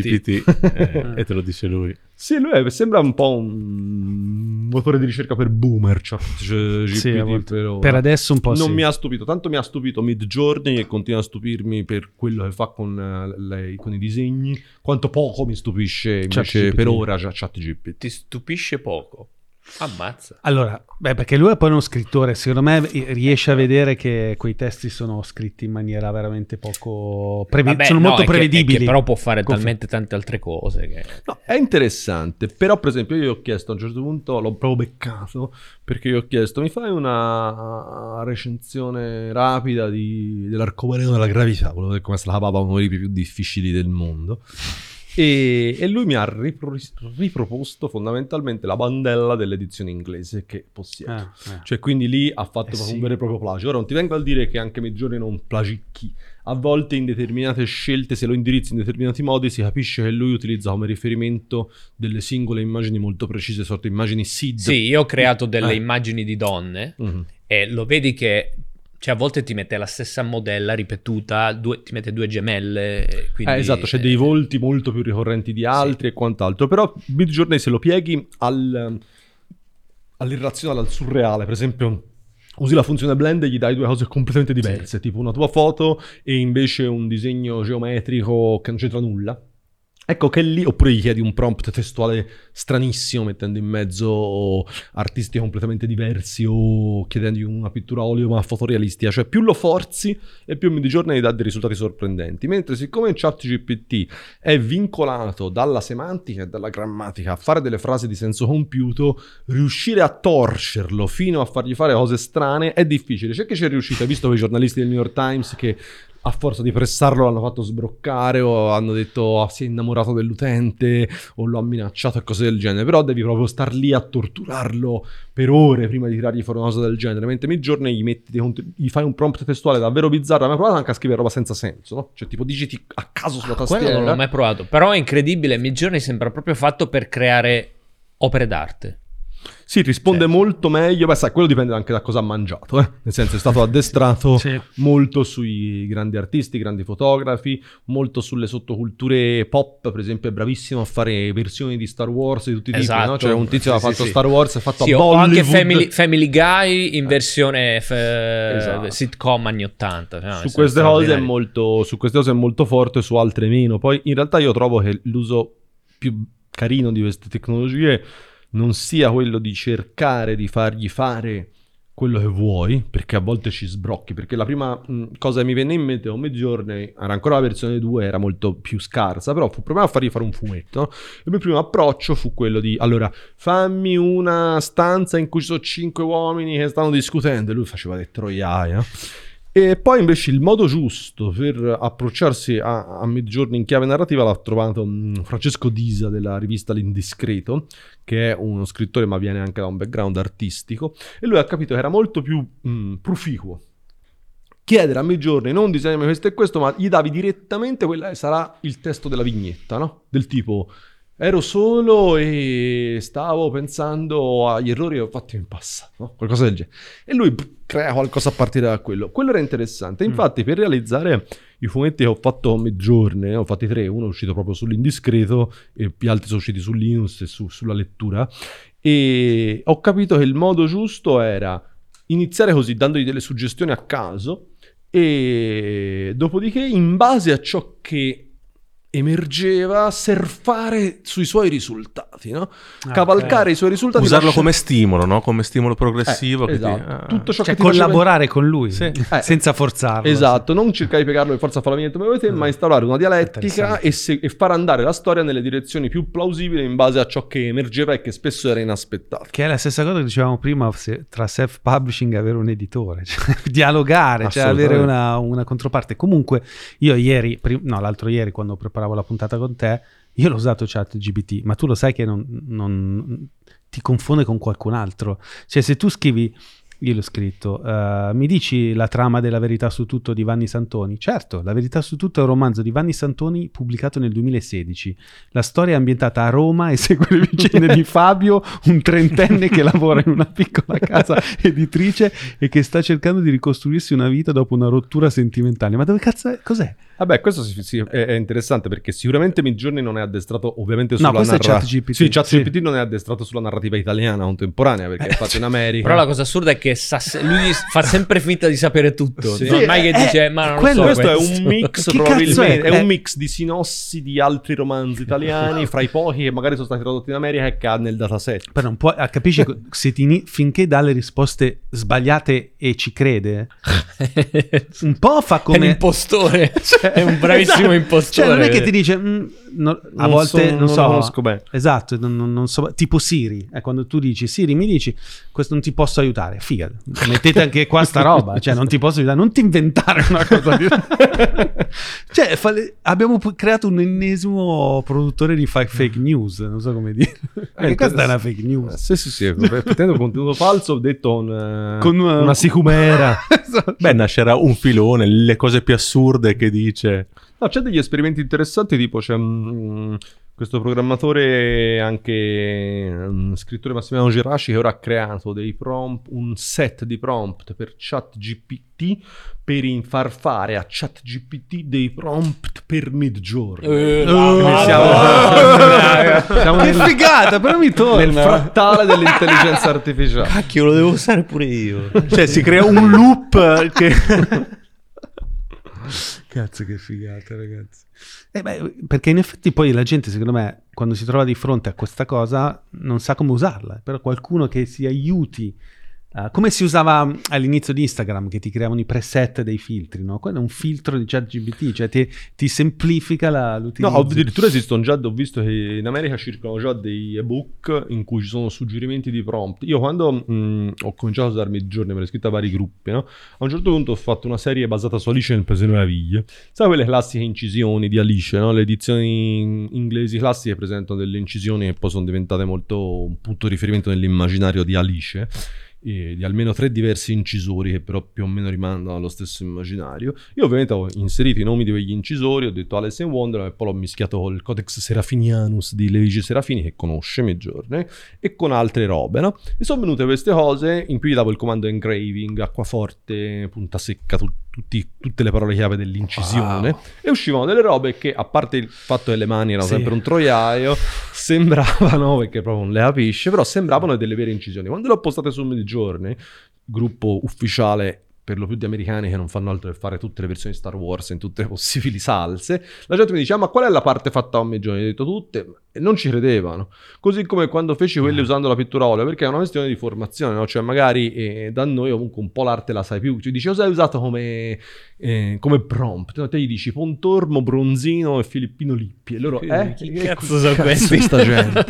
Speaker 4: GPT e te lo dice lui.
Speaker 3: Sì, lui sembra un po' un motore di ricerca per boomer, cioè GPT,
Speaker 1: sì,
Speaker 3: però
Speaker 1: per adesso un po'
Speaker 3: non
Speaker 1: sì.
Speaker 3: mi ha stupito, tanto mi ha stupito Midjourney e continua a stupirmi per quello che fa con i disegni, quanto poco mi stupisce invece per ora ChatGPT.
Speaker 5: Ti stupisce poco? Ammazza.
Speaker 1: Allora, perché lui è poi uno scrittore, secondo me riesce a vedere che quei testi sono scritti in maniera veramente poco sono molto prevedibili.
Speaker 5: Che però può fare talmente tante altre cose che...
Speaker 3: No, è interessante, però per esempio io gli ho chiesto a un certo punto, l'ho proprio beccato, perché gli ho chiesto mi fai una recensione rapida dell'arcobaleno della gravità, quello che come se la cavava uno dei libri più difficili del mondo. E lui mi ha riproposto fondamentalmente la bandella dell'edizione inglese che possiedo. Cioè quindi lì ha fatto proprio un vero e proprio plagio. Ora non ti vengo a dire che anche Midjourney non plagicchi. A volte in determinate scelte, se lo indirizzi in determinati modi, si capisce che lui utilizza come riferimento delle singole immagini molto precise, sorte immagini SID.
Speaker 5: Sì, io ho creato delle immagini di donne e lo vedi che... Cioè a volte ti mette la stessa modella ripetuta, ti mette due gemelle. Quindi,
Speaker 3: esatto, c'è dei volti molto più ricorrenti di altri e quant'altro. Però Midjourney se lo pieghi all'irrazionale, al surreale, per esempio usi la funzione blend e gli dai due cose completamente diverse, tipo una tua foto e invece un disegno geometrico che non c'entra nulla. Ecco che lì, oppure gli chiedi un prompt testuale stranissimo mettendo in mezzo artisti completamente diversi o chiedendogli una pittura a olio ma fotorealistica, cioè più lo forzi e più Midjourney dà dei risultati sorprendenti, mentre siccome ChatGPT è vincolato dalla semantica e dalla grammatica a fare delle frasi di senso compiuto, riuscire a torcerlo fino a fargli fare cose strane è difficile. C'è chi ci è riuscito, hai visto quei giornalisti del New York Times che a forza di pressarlo l'hanno fatto sbroccare o hanno detto si è innamorato dell'utente o lo ha minacciato e cose del genere, però devi proprio star lì a torturarlo per ore prima di tirargli fuori una cosa del genere, mentre Midjourney gli fai un prompt testuale davvero bizzarro. Ma provate anche a scrivere roba senza senso, no? Cioè tipo digiti a caso sulla tastiera.
Speaker 5: Quello non l'ho mai provato, però è incredibile, Midjourney sembra proprio fatto per creare opere d'arte.
Speaker 3: Sì, risponde molto meglio. Beh, sai, quello dipende anche da cosa ha mangiato, nel senso è stato addestrato molto sui grandi artisti, grandi fotografi, molto sulle sottoculture pop. Per esempio è bravissimo a fare versioni di Star Wars di tutti i tipi, no? Cioè un tizio ha fatto Star Wars, ha fatto a Bollywood.
Speaker 5: Anche Family Guy in versione sitcom anni 80, no?
Speaker 3: Su queste cose è molto forte, su altre meno. Poi in realtà io trovo che l'uso più carino di queste tecnologie non sia quello di cercare di fargli fare quello che vuoi, perché a volte ci sbrocchi, perché la prima cosa che mi venne in mente a Midjourney, era ancora la versione 2, era molto più scarsa, però proviamo a fargli fare un fumetto, no? Il mio primo approccio fu quello di, allora, fammi una stanza in cui ci sono 5 uomini che stanno discutendo, e lui faceva le troiaie, no? E poi invece il modo giusto per approcciarsi a Midjourney in chiave narrativa l'ha trovato Francesco Disa della rivista L'Indiscreto, che è uno scrittore ma viene anche da un background artistico, e lui ha capito che era molto più proficuo chiedere a Midjourney non disegnami questo e questo, ma gli davi direttamente quella che sarà il testo della vignetta, no? Del tipo: ero solo e stavo pensando agli errori che ho fatto in passato, no? Qualcosa del genere. E lui crea qualcosa a partire da quello. Quello era interessante. Infatti, per realizzare i fumetti che ho fatto a Midjourney, ho fatti 3, uno è uscito proprio sull'Indiscreto e gli altri sono usciti su Linus e sulla lettura. E ho capito che il modo giusto era iniziare così, dandogli delle suggestioni a caso, e dopodiché, in base a ciò che emergeva, surfare sui suoi risultati, no? Cavalcare i suoi risultati,
Speaker 4: usarlo come stimolo, no? Come stimolo progressivo,
Speaker 3: esatto. Tutto ciò
Speaker 1: cioè
Speaker 3: che ti
Speaker 1: collaborare con lui,
Speaker 4: sì.
Speaker 1: senza forzarlo.
Speaker 3: Esatto, non cercare di piegarlo per forza fare la niente come te, ma instaurare una dialettica e far andare la storia nelle direzioni più plausibili in base a ciò che emergeva e che spesso era inaspettato.
Speaker 1: Che è la stessa cosa che dicevamo prima tra self-publishing e avere un editore, cioè, dialogare, cioè avere una controparte. Comunque io l'altro ieri quando preparavo la puntata con te, io l'ho usato ChatGPT, ma tu lo sai che non ti confonde con qualcun altro. Cioè, se tu scrivi, io l'ho scritto, mi dici la trama della Verità su tutto di Vanni Santoni? Certo, La Verità su tutto è un romanzo di Vanni Santoni pubblicato nel 2016. La storia è ambientata a Roma e segue le vicende di Fabio, un trentenne che lavora in una piccola casa editrice e che sta cercando di ricostruirsi una vita dopo una rottura sentimentale. Ma dove cazzo è? Cos'è?
Speaker 3: Vabbè, questo è interessante, perché sicuramente Midjourney non è addestrato ovviamente sulla
Speaker 1: narrativa. ChatGPT.
Speaker 3: Sì, ChatGPT non è addestrato sulla narrativa italiana contemporanea, perché è fatto in America.
Speaker 5: Però la cosa assurda è che lui fa sempre finta di sapere tutto.
Speaker 3: Sì.
Speaker 5: Non mai che dice, ma non lo so.
Speaker 3: Questo è un mix,
Speaker 1: Che
Speaker 3: probabilmente
Speaker 1: cazzo è?
Speaker 3: È un mix di sinossi di altri romanzi italiani, fra i pochi che magari sono stati tradotti in America e che ha nel dataset.
Speaker 1: Però non può, capisci, se finché dà le risposte sbagliate e ci crede, un po' fa come
Speaker 5: è un impostore, è un bravissimo impostore.
Speaker 1: Cioè non è che ti dice a volte non so,
Speaker 3: lo conosco bene.
Speaker 1: Esatto, non so, tipo Siri, quando tu dici Siri mi dici questo non ti posso aiutare, figa, mettete anche qua sta roba, cioè non ti posso aiutare, non ti inventare una cosa di... cioè abbiamo creato un ennesimo produttore di fake news, non so come dire, perché questa è una fake news.
Speaker 3: Sì, pretendo contenuto falso detto con una sicumera.
Speaker 4: Beh, nascerà un filone, le cose più assurde che dice.
Speaker 3: No, c'è degli esperimenti interessanti, tipo c'è questo programmatore, anche scrittore Massimiliano Geraci, che ora ha creato un set di prompt per ChatGPT per far fare a ChatGPT dei prompt per Midjourney. Siamo
Speaker 1: Che figata, però mi torna
Speaker 3: nel frattale dell'intelligenza artificiale.
Speaker 4: Cacchio, lo devo usare pure io. Cioè si crea un loop che...
Speaker 1: Cazzo che figata, ragazzi. Perché in effetti poi la gente, secondo me, quando si trova di fronte a questa cosa non sa come usarla, però qualcuno che si aiuti, come si usava all'inizio di Instagram, che ti creavano i preset dei filtri, no? Quello è un filtro di ChatGPT, cioè ti semplifica l'utilizzo.
Speaker 3: No, addirittura esistono già, ho visto che in America circolano già dei ebook in cui ci sono suggerimenti di prompt. Io quando ho cominciato a usare Midjourney, me l'ho scritto a vari gruppi, no? A un certo punto ho fatto una serie basata su Alice nel Paese delle Meraviglie. Sai quelle classiche incisioni di Alice, no? Le edizioni inglesi classiche presentano delle incisioni che poi sono diventate molto un punto di riferimento nell'immaginario di Alice. Di almeno 3 diversi incisori che però più o meno rimandano allo stesso immaginario. Io ovviamente ho inserito i nomi di quegli incisori, ho detto Alice in Wonderland e poi l'ho mischiato col Codex Serafinianus di Levice Serafini, che conosce Midjourney, e con altre robe, no? E sono venute queste cose in più gli davo il comando engraving, acquaforte, punta secca, tutte le parole chiave dell'incisione, e uscivano delle robe che, a parte il fatto che le mani erano sempre un troiaio, sembravano, perché proprio non le capisce, però sembravano delle vere incisioni. Quando le ho postate su Midjourney, gruppo ufficiale per lo più di americani che non fanno altro che fare tutte le versioni Star Wars in tutte le possibili salse, la gente mi dice ma qual è la parte fatta a Omnigiorni? Ho detto tutte, e non ci credevano. Così come quando feci quelli usando la pittura a olio, perché è una questione di formazione, no? Cioè magari da noi comunque un po' l'arte la sai più, ci dici cosa hai usato come prompt, no? Te gli dici Pontormo, Bronzino e Filippino Lippi, e loro
Speaker 5: Che cazzo sono questi?
Speaker 3: Sta gente.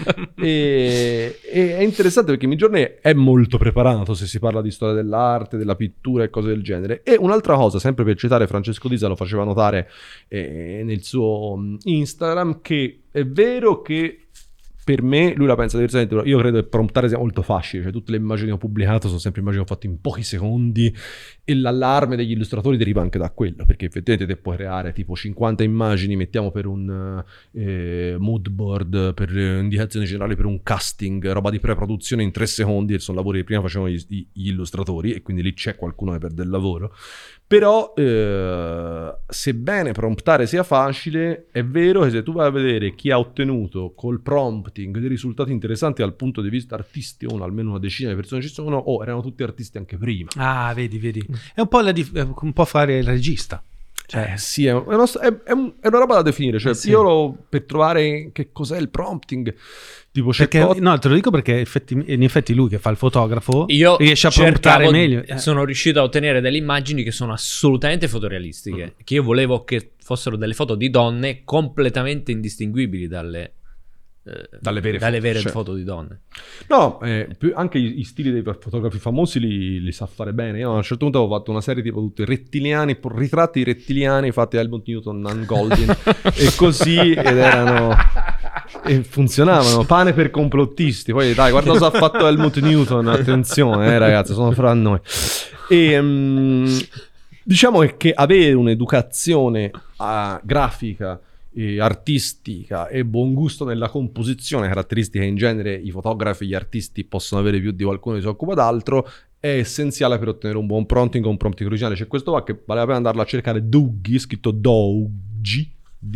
Speaker 3: E è interessante perché Midjourney è molto preparato se si parla di storia dell'arte, della pittura e cose del genere. E un'altra cosa, sempre per citare Francesco Disa, lo faceva notare nel suo Instagram, che è vero che per me, lui la pensa diversamente, io credo che promptare sia molto facile, cioè tutte le immagini che ho pubblicato sono sempre immagini che ho fatto in pochi secondi e l'allarme degli illustratori deriva anche da quello, perché effettivamente te puoi creare tipo 50 immagini, mettiamo per un mood board, per indicazioni generali, per un casting, roba di pre-produzione in 3 secondi, e sono lavori che prima facevano gli illustratori, e quindi lì c'è qualcuno che perde il lavoro. Però sebbene promptare sia facile, è vero che se tu vai a vedere chi ha ottenuto col prompting dei risultati interessanti dal punto di vista artistico, almeno una decina di persone ci sono, erano tutti artisti anche prima.
Speaker 1: Ah, vedi. È un po' un po' fare il regista. Cioè,
Speaker 3: sì, è una roba da definire. Cioè,
Speaker 1: sì.
Speaker 3: io per trovare che cos'è il prompting, tipo
Speaker 1: no, te lo dico perché in effetti lui che fa il fotografo riesce a promptare meglio.
Speaker 5: Sono riuscito a ottenere delle immagini che sono assolutamente fotorealistiche, che io volevo che fossero delle foto di donne completamente indistinguibili dalle vere foto di donne.
Speaker 3: No, anche i stili dei fotografi famosi li sa fare bene. Io a un certo punto avevo fatto una serie tipo tutti rettiliani, ritratti rettiliani fatti da Helmut Newton, Nan Goldin e così, ed erano e funzionavano, pane per complottisti. Poi dai, guarda cosa ha fatto Helmut Newton, attenzione ragazzi, sono fra noi. E diciamo che avere un'educazione grafica, artistica e buon gusto nella composizione, caratteristiche in genere i fotografi e gli artisti possono avere più di qualcuno che si occupa d'altro, è essenziale per ottenere un buon prompting o un prompting originale. C'è questo qua che vale la pena andarlo a cercare, Dougy, scritto Dougy,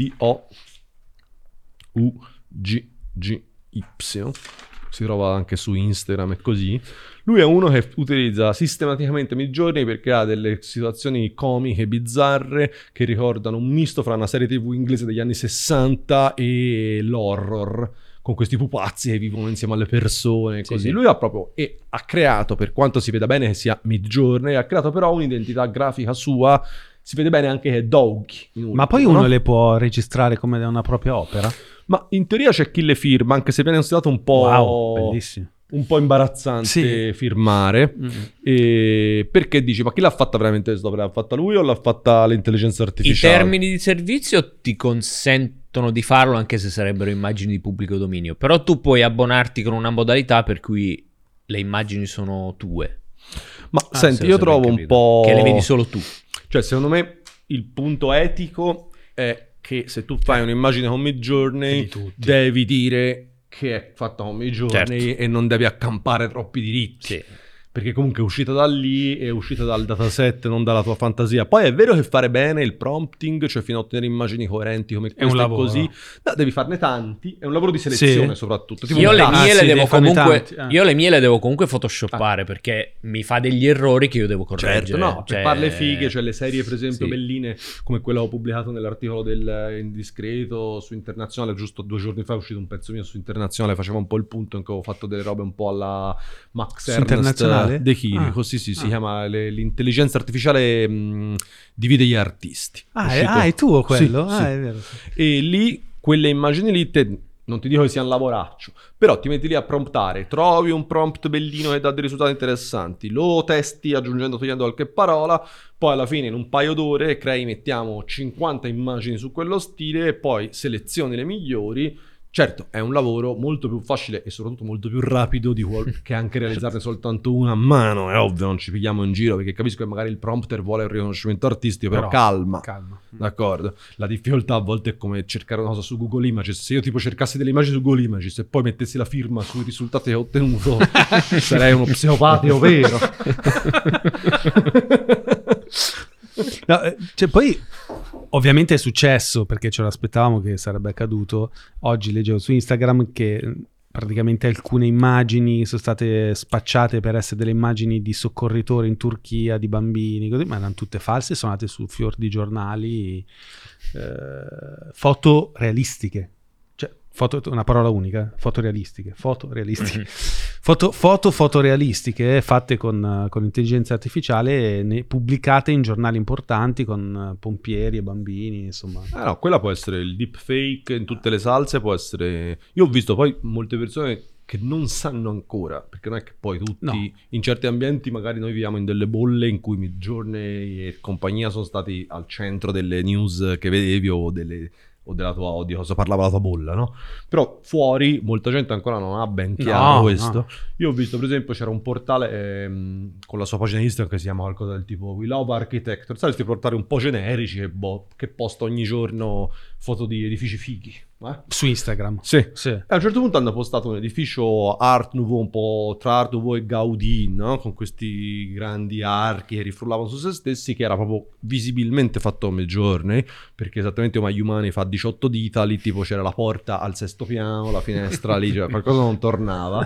Speaker 3: D-O-U-G-G-Y, si trova anche su Instagram e così. Lui è uno che utilizza sistematicamente Midjourney per creare delle situazioni comiche, bizzarre, che ricordano un misto fra una serie TV inglese degli anni 60 e l'horror, con questi pupazzi che vivono insieme alle persone e così. Sì. Lui ha creato, per quanto si veda bene che sia Midjourney, ha creato però un'identità grafica sua. Si vede bene anche che è Dougy.
Speaker 1: Ma poi uno le può registrare come una propria opera?
Speaker 3: Ma in teoria c'è chi le firma, anche se viene considerato un po'...
Speaker 1: Wow, bellissimo.
Speaker 3: Un po' imbarazzante firmare. Perché dici, ma chi l'ha fatta veramente questa opera? L'ha fatta lui o l'ha fatta l'intelligenza artificiale?
Speaker 5: I termini di servizio ti consentono di farlo anche se sarebbero immagini di pubblico dominio, però tu puoi abbonarti con una modalità per cui le immagini sono tue.
Speaker 3: Ma senti, io trovo un po'...
Speaker 5: che le vedi solo tu.
Speaker 3: Cioè, secondo me il punto etico è che se tu fai un'immagine con Midjourney devi dire che è fatta con Midjourney, certo, e non devi accampare troppi diritti. Sì. Perché comunque è uscita da lì, è uscita dal dataset, non dalla tua fantasia. Poi è vero che fare bene il prompting, cioè fino a ottenere immagini coerenti come queste, è un lavoro così, no, devi farne tanti, è un lavoro di selezione, soprattutto. Tipo
Speaker 5: io le mie le devo comunque photoshoppare perché mi fa degli errori che io devo correggere.
Speaker 3: Certo, no, per farle fighe, cioè le serie per esempio belline, come quella che ho pubblicato nell'articolo del Indiscreto su Internazionale, giusto 2 giorni fa è uscito un pezzo mio su Internazionale, faceva un po' il punto in cui avevo fatto delle robe un po' alla Max Ernst De Chimico, si chiama l'intelligenza artificiale divide gli artisti.
Speaker 1: È tuo quello?
Speaker 3: Sì.
Speaker 1: È vero.
Speaker 3: E lì, quelle immagini lì, non ti dico che sia un lavoraccio, però ti metti lì a promptare, trovi un prompt bellino che dà dei risultati interessanti, lo testi aggiungendo, togliendo qualche parola, poi alla fine in un paio d'ore crei, mettiamo 50 immagini su quello stile e poi selezioni le migliori. Certo, è un lavoro molto più facile e soprattutto molto più rapido che anche realizzarne soltanto una a mano. È ovvio, non ci pigliamo in giro, perché capisco che magari il prompter vuole un riconoscimento artistico, però calma. D'accordo? La difficoltà a volte è come cercare una cosa su Google Images. Se io tipo cercassi delle immagini su Google Images e poi mettessi la firma sui risultati che ho ottenuto, sarei uno psicopatico vero.
Speaker 1: No, cioè poi ovviamente è successo perché ce l'aspettavamo che sarebbe accaduto. Oggi leggevo su Instagram che praticamente alcune immagini sono state spacciate per essere delle immagini di soccorritori in Turchia, di bambini, così, ma erano tutte false, sono andate su fior di giornali, foto realistiche. Foto, una parola unica, fotorealistiche, fotorealistiche fatte con intelligenza artificiale, pubblicate in giornali importanti con pompieri e bambini, insomma.
Speaker 3: No, quella può essere il deepfake in tutte le salse, può essere... Io ho visto poi molte persone che non sanno ancora, perché non è che poi tutti, in certi ambienti magari noi viviamo in delle bolle in cui Midjourney e compagnia sono stati al centro delle news che vedevi o della tua audio, cosa parlava la tua bolla, no? Però fuori molta gente ancora non ha ben chiaro questo. No. Io ho visto, per esempio, c'era un portale con la sua pagina Instagram che si chiama qualcosa del tipo We Love Architecture, sai, questi portali un po' generici che posta ogni giorno foto di edifici fighi.
Speaker 1: Su Instagram.
Speaker 3: Sì. E a un certo punto hanno postato un edificio Art Nouveau, un po' tra Art Nouveau e Gaudì, no? Con questi grandi archi che rifrullavano su se stessi, che era proprio visibilmente fatto a Midjourney, perché esattamente come agli umani fa 18 dita, lì tipo c'era la porta al 6º piano, la finestra lì, cioè qualcosa non tornava.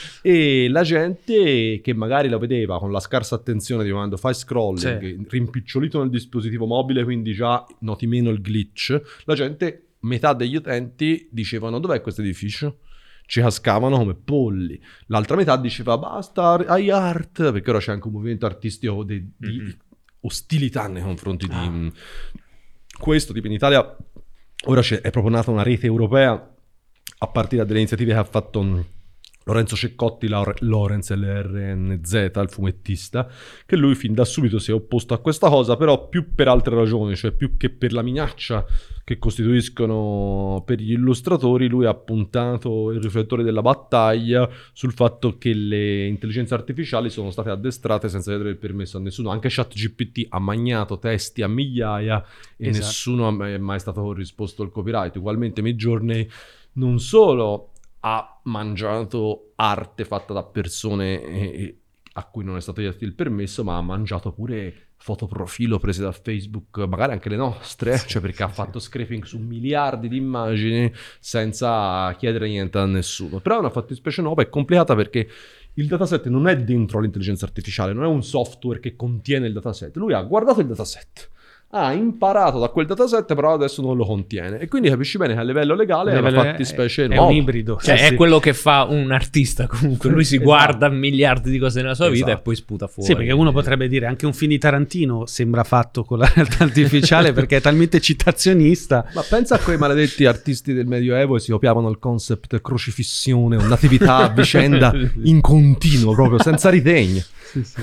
Speaker 3: E la gente che magari la vedeva con la scarsa attenzione di quando fai scrolling, rimpicciolito nel dispositivo mobile, quindi già noti meno il glitch, la gente... Metà degli utenti dicevano dov'è questo edificio? Ci cascavano come polli. L'altra metà diceva basta, hai art, perché ora c'è anche un movimento artistico di ostilità nei confronti di questo. Tipo in Italia ora è proprio nata una rete europea a partire da delle iniziative che ha fatto Lorenzo Ceccotti, Lorenz LRNZ, il fumettista, che lui fin da subito si è opposto a questa cosa, però più per altre ragioni, cioè più che per la minaccia che costituiscono per gli illustratori, lui ha puntato il riflettore della battaglia sul fatto che le intelligenze artificiali sono state addestrate senza chiedere il permesso a nessuno. Anche ChatGPT ha magnato testi a migliaia e nessuno è mai stato corrisposto il copyright. Ugualmente Midjourney non solo ha mangiato arte fatta da persone a cui non è stato chiesto il permesso, ma ha mangiato pure fotoprofilo prese da Facebook, magari anche le nostre, cioè perché ha fatto scraping su miliardi di immagini senza chiedere niente a nessuno. Però è una fattispecie nuova e complicata perché il dataset non è dentro l'intelligenza artificiale, non è un software che contiene il dataset. Lui ha guardato il dataset, ha imparato da quel dataset, però adesso non lo contiene. E quindi capisci bene che a livello legale è una fattispecie nuova.
Speaker 1: È un ibrido.
Speaker 5: Cioè è quello che fa un artista comunque. Lui si guarda miliardi di cose nella sua vita e poi sputa fuori.
Speaker 1: Sì, perché uno potrebbe dire anche un film di Tarantino sembra fatto con la realtà artificiale perché è talmente citazionista.
Speaker 3: Ma pensa a quei maledetti artisti del Medioevo che si copiavano il concept crocifissione o natività a vicenda in continuo, proprio senza ritegno.
Speaker 1: Sì.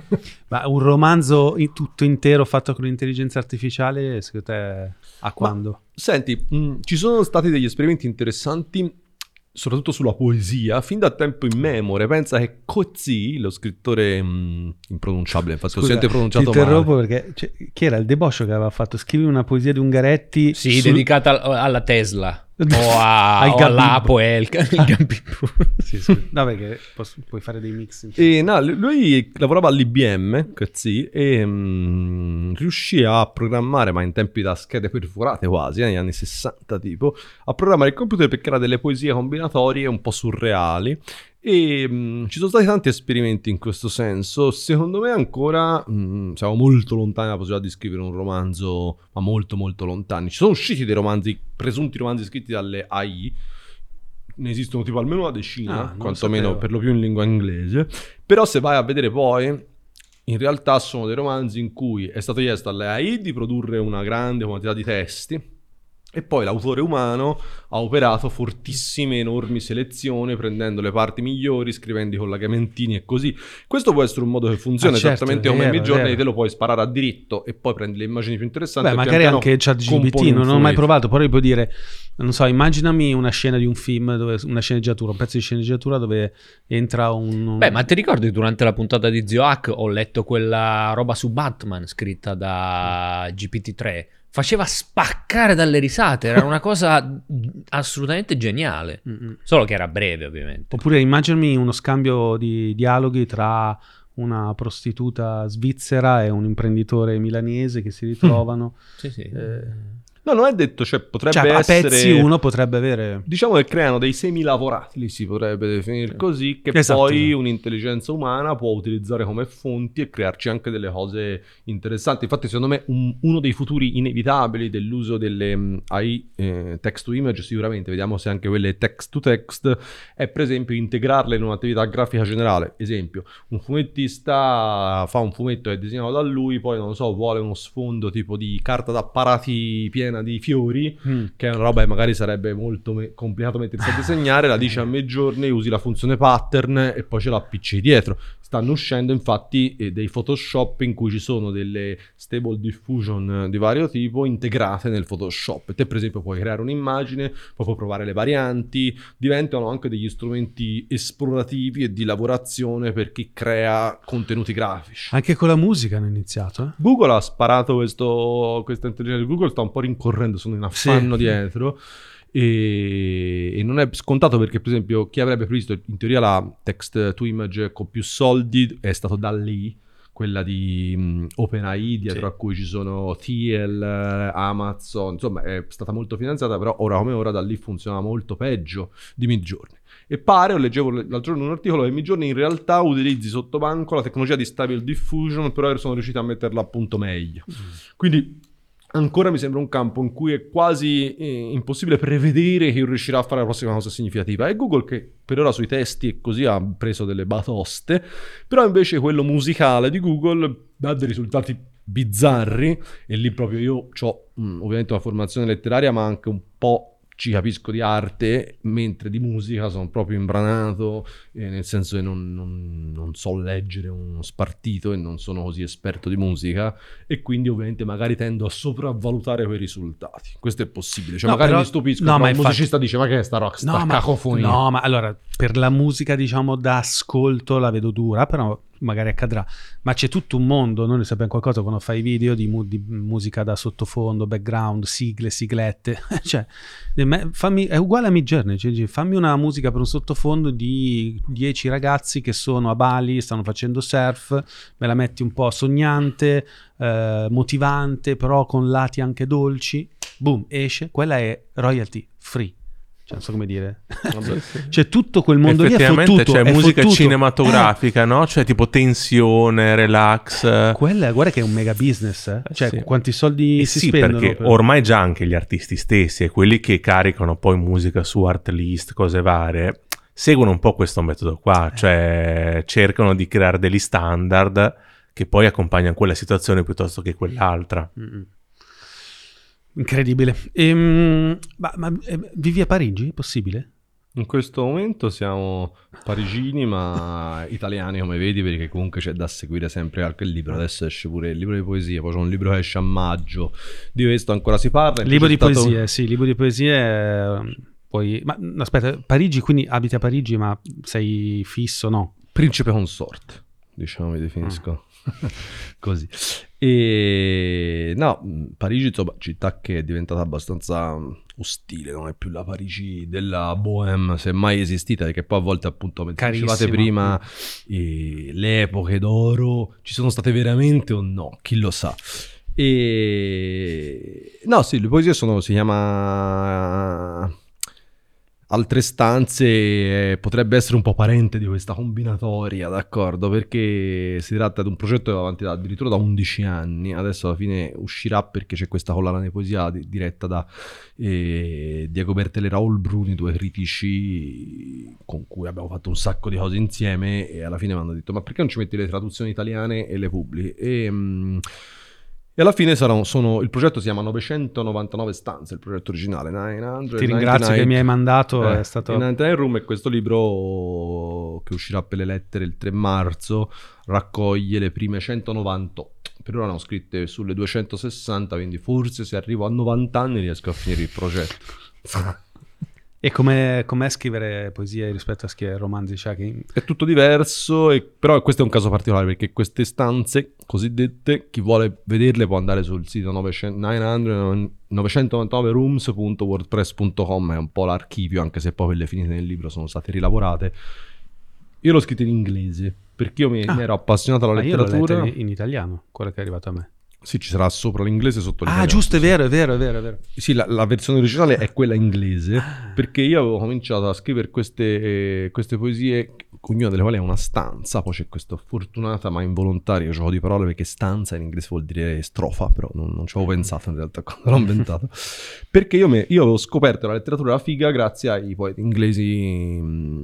Speaker 1: Ma un romanzo tutto intero fatto con l'intelligenza artificiale, secondo te a quando?
Speaker 3: Senti, ci sono stati degli esperimenti interessanti, soprattutto sulla poesia, fin da tempo immemore. Pensa che Coetzee, lo scrittore impronunciabile, infatti lo sente pronunciato male.
Speaker 1: Ti interrompo perché chi era il deboscio che aveva fatto? Scrivi una poesia di Ungaretti
Speaker 5: dedicata alla Tesla o all'Apoe, il Gambibbo.
Speaker 1: No, perché puoi fare dei mix.
Speaker 3: Lui lavorava all'IBM, Coetzee, e riuscì a programmare, ma in tempi da schede perforate quasi, negli anni 60 tipo, a programmare il computer perché era delle poesie combinatorie un po' surreali. E ci sono stati tanti esperimenti in questo senso. Secondo me ancora siamo molto lontani dalla possibilità di scrivere un romanzo, ma molto molto lontani. Ci sono usciti dei romanzi, presunti romanzi scritti dalle AI, ne esistono tipo almeno una decina, quantomeno per lo più in lingua inglese. Però se vai a vedere poi, in realtà sono dei romanzi in cui è stato chiesto alle AI di produrre una grande quantità di testi e poi l'autore umano ha operato fortissime, enormi selezioni, prendendo le parti migliori, scrivendo i collegamentini e così. Questo può essere un modo che funziona esattamente come Midjourney, te lo puoi sparare a diritto e poi prendi le immagini più interessanti.
Speaker 1: Beh, magari anche ChatGPT, non ho mai provato, però puoi dire, non so, immaginami una scena di un film, una sceneggiatura, un pezzo di sceneggiatura dove entra un...
Speaker 5: Beh, ma ti ricordi durante la puntata di Zio Hack ho letto quella roba su Batman scritta da GPT-3? Faceva spaccare dalle risate, era una cosa assolutamente geniale, solo che era breve ovviamente.
Speaker 1: Oppure immaginami uno scambio di dialoghi tra una prostituta svizzera e un imprenditore milanese che si ritrovano.
Speaker 5: Sì.
Speaker 3: No, non è detto, cioè potrebbe
Speaker 1: Cioè,
Speaker 3: essere...
Speaker 1: a pezzi uno potrebbe avere...
Speaker 3: Diciamo che creano dei semilavorati, li si potrebbe definire così, che
Speaker 1: Esatto,
Speaker 3: poi
Speaker 1: esatto.
Speaker 3: un'intelligenza umana può utilizzare come fonti e crearci anche delle cose interessanti. Infatti, secondo me, uno dei futuri inevitabili dell'uso delle AI text to image, sicuramente, vediamo se anche quelle text to text, è per esempio integrarle in un'attività grafica generale. Esempio, un fumettista fa un fumetto che è disegnato da lui, poi, non lo so, vuole uno sfondo tipo di carta d'apparati piena di fiori, che è una roba che magari sarebbe molto complicato mettersi a disegnare, la dice a mezzogiorno, usi la funzione pattern e poi ce la appicci dietro. Stanno uscendo infatti dei Photoshop in cui ci sono delle stable diffusion di vario tipo integrate nel Photoshop. Te per esempio puoi creare un'immagine, poi puoi provare le varianti, diventano anche degli strumenti esplorativi e di lavorazione per chi crea contenuti grafici.
Speaker 1: Anche con la musica hanno iniziato,
Speaker 3: Google ha sparato questa intelligenza. Google sta un po' rincorrendo, sono in affanno dietro, e non è scontato, perché per esempio chi avrebbe previsto in teoria la text to image con più soldi è stato DALL-E, quella di OpenAI, dietro a cui ci sono Thiel, Amazon, insomma è stata molto finanziata, però ora come ora DALL-E funziona molto peggio di Midjourney. E pare, leggevo l'altro giorno un articolo, che Midjourney in realtà utilizzi sotto banco la tecnologia di Stable Diffusion, però sono riusciti a metterla appunto meglio. Quindi ancora mi sembra un campo in cui è quasi impossibile prevedere che riuscirà a fare la prossima cosa significativa. È Google che per ora sui testi e così ha preso delle batoste, però invece quello musicale di Google dà dei risultati bizzarri, e lì proprio io ho ovviamente una formazione letteraria, ma anche un po' ci capisco di arte, mentre di musica sono proprio imbranato, nel senso che non so leggere uno spartito e non sono così esperto di musica, e quindi ovviamente magari tendo a sopravvalutare quei risultati. Questo è possibile, cioè
Speaker 1: No,
Speaker 3: magari
Speaker 1: però-
Speaker 3: mi stupisco,
Speaker 1: no,
Speaker 3: però
Speaker 1: ma
Speaker 3: un
Speaker 1: infatti-
Speaker 3: musicista dice ma che è sta rock, sta cacofonia.
Speaker 1: No, ma allora, per la musica, diciamo, da ascolto la vedo dura, però magari accadrà. Ma c'è tutto un mondo, noi ne sappiamo qualcosa quando fai video di musica da sottofondo, background, sigle, siglette. Cioè, è uguale a Midjourney, cioè, fammi una musica per un sottofondo di 10 ragazzi che sono a Bali, stanno facendo surf, me la metti un po' sognante, motivante, però con lati anche dolci. Boom, esce, quella è royalty free. Cioè, non so come dire. C'è tutto quel mondo lì, è
Speaker 4: Effettivamente
Speaker 1: fottuto,
Speaker 4: c'è
Speaker 1: è
Speaker 4: musica
Speaker 1: fottuto.
Speaker 4: cinematografica, no? Cioè tipo tensione, relax.
Speaker 1: Quella, guarda che è un mega business, eh? Cioè,
Speaker 4: sì.
Speaker 1: quanti soldi si
Speaker 4: Sì,
Speaker 1: spendono
Speaker 4: perché
Speaker 1: per-
Speaker 4: ormai già anche gli artisti stessi e quelli che caricano poi musica su Artlist, cose varie, seguono un po' questo metodo qua, cioè cercano di creare degli standard che poi accompagnano quella situazione piuttosto che quell'altra.
Speaker 1: Incredibile. Vivi a Parigi? È possibile?
Speaker 3: In questo momento siamo parigini ma italiani, come vedi, perché comunque c'è da seguire sempre anche il libro. Adesso esce pure il libro di poesie, poi c'è un libro che esce a maggio, di questo ancora si parla.
Speaker 1: Libro di
Speaker 3: C'è stato-
Speaker 1: poesie, sì, libro di poesie. Poi, ma aspetta, Parigi, quindi abiti a Parigi, ma sei fisso, no?
Speaker 3: Principe consorte, diciamo, mi definisco così. E no, Parigi, insomma, città che è diventata abbastanza ostile, non è più la Parigi della Bohème, se mai esistita, perché poi a volte, appunto, come dicevate
Speaker 1: Carissima.
Speaker 3: prima, le epoche d'oro ci sono state veramente o no, chi lo sa. E no, sì, le poesie si chiama Altre stanze, potrebbe essere un po' parente di questa combinatoria, d'accordo? Perché si tratta di un progetto che va avanti addirittura da 11 anni, adesso alla fine uscirà perché c'è questa collana di poesia diretta da Diego Bertel e Raul Bruni, due critici con cui abbiamo fatto un sacco di cose insieme, e alla fine mi hanno detto ma perché non ci metti le traduzioni italiane e le pubblichi? E alla fine il progetto si chiama 999 stanze, il progetto originale, 900.
Speaker 1: Ti ringrazio che mi hai mandato, è stato...
Speaker 3: In 99 Room, è questo libro che uscirà per le lettere il 3 marzo, raccoglie le prime 198. Per ora ne ho scritte sulle 260, quindi forse se arrivo a 90 anni riesco a finire il progetto.
Speaker 1: E com'è scrivere poesie rispetto a scrivere romanzi? Cioè che...
Speaker 3: È tutto diverso, però questo è un caso particolare perché queste stanze cosiddette, chi vuole vederle può andare sul sito 999rooms.wordpress.com, è un po' l'archivio, anche se poi quelle finite nel libro sono state rilavorate. Io l'ho scritto in inglese perché io mi ero appassionato alla
Speaker 1: io l'ho
Speaker 3: letteratura.
Speaker 1: letto in italiano, quello che è arrivato a me.
Speaker 3: Sì, ci sarà sopra l'inglese e sotto l'italiano.
Speaker 1: Ah, giusto, è vero.
Speaker 3: Sì, la versione originale è quella inglese, perché io avevo cominciato a scrivere queste poesie, ognuna delle quali è una stanza, poi c'è questa fortunata ma involontaria gioco di parole, perché stanza in inglese vuol dire strofa, però non ci avevo pensato in realtà quando l'ho inventato, perché io avevo scoperto la letteratura figa grazie ai poeti inglesi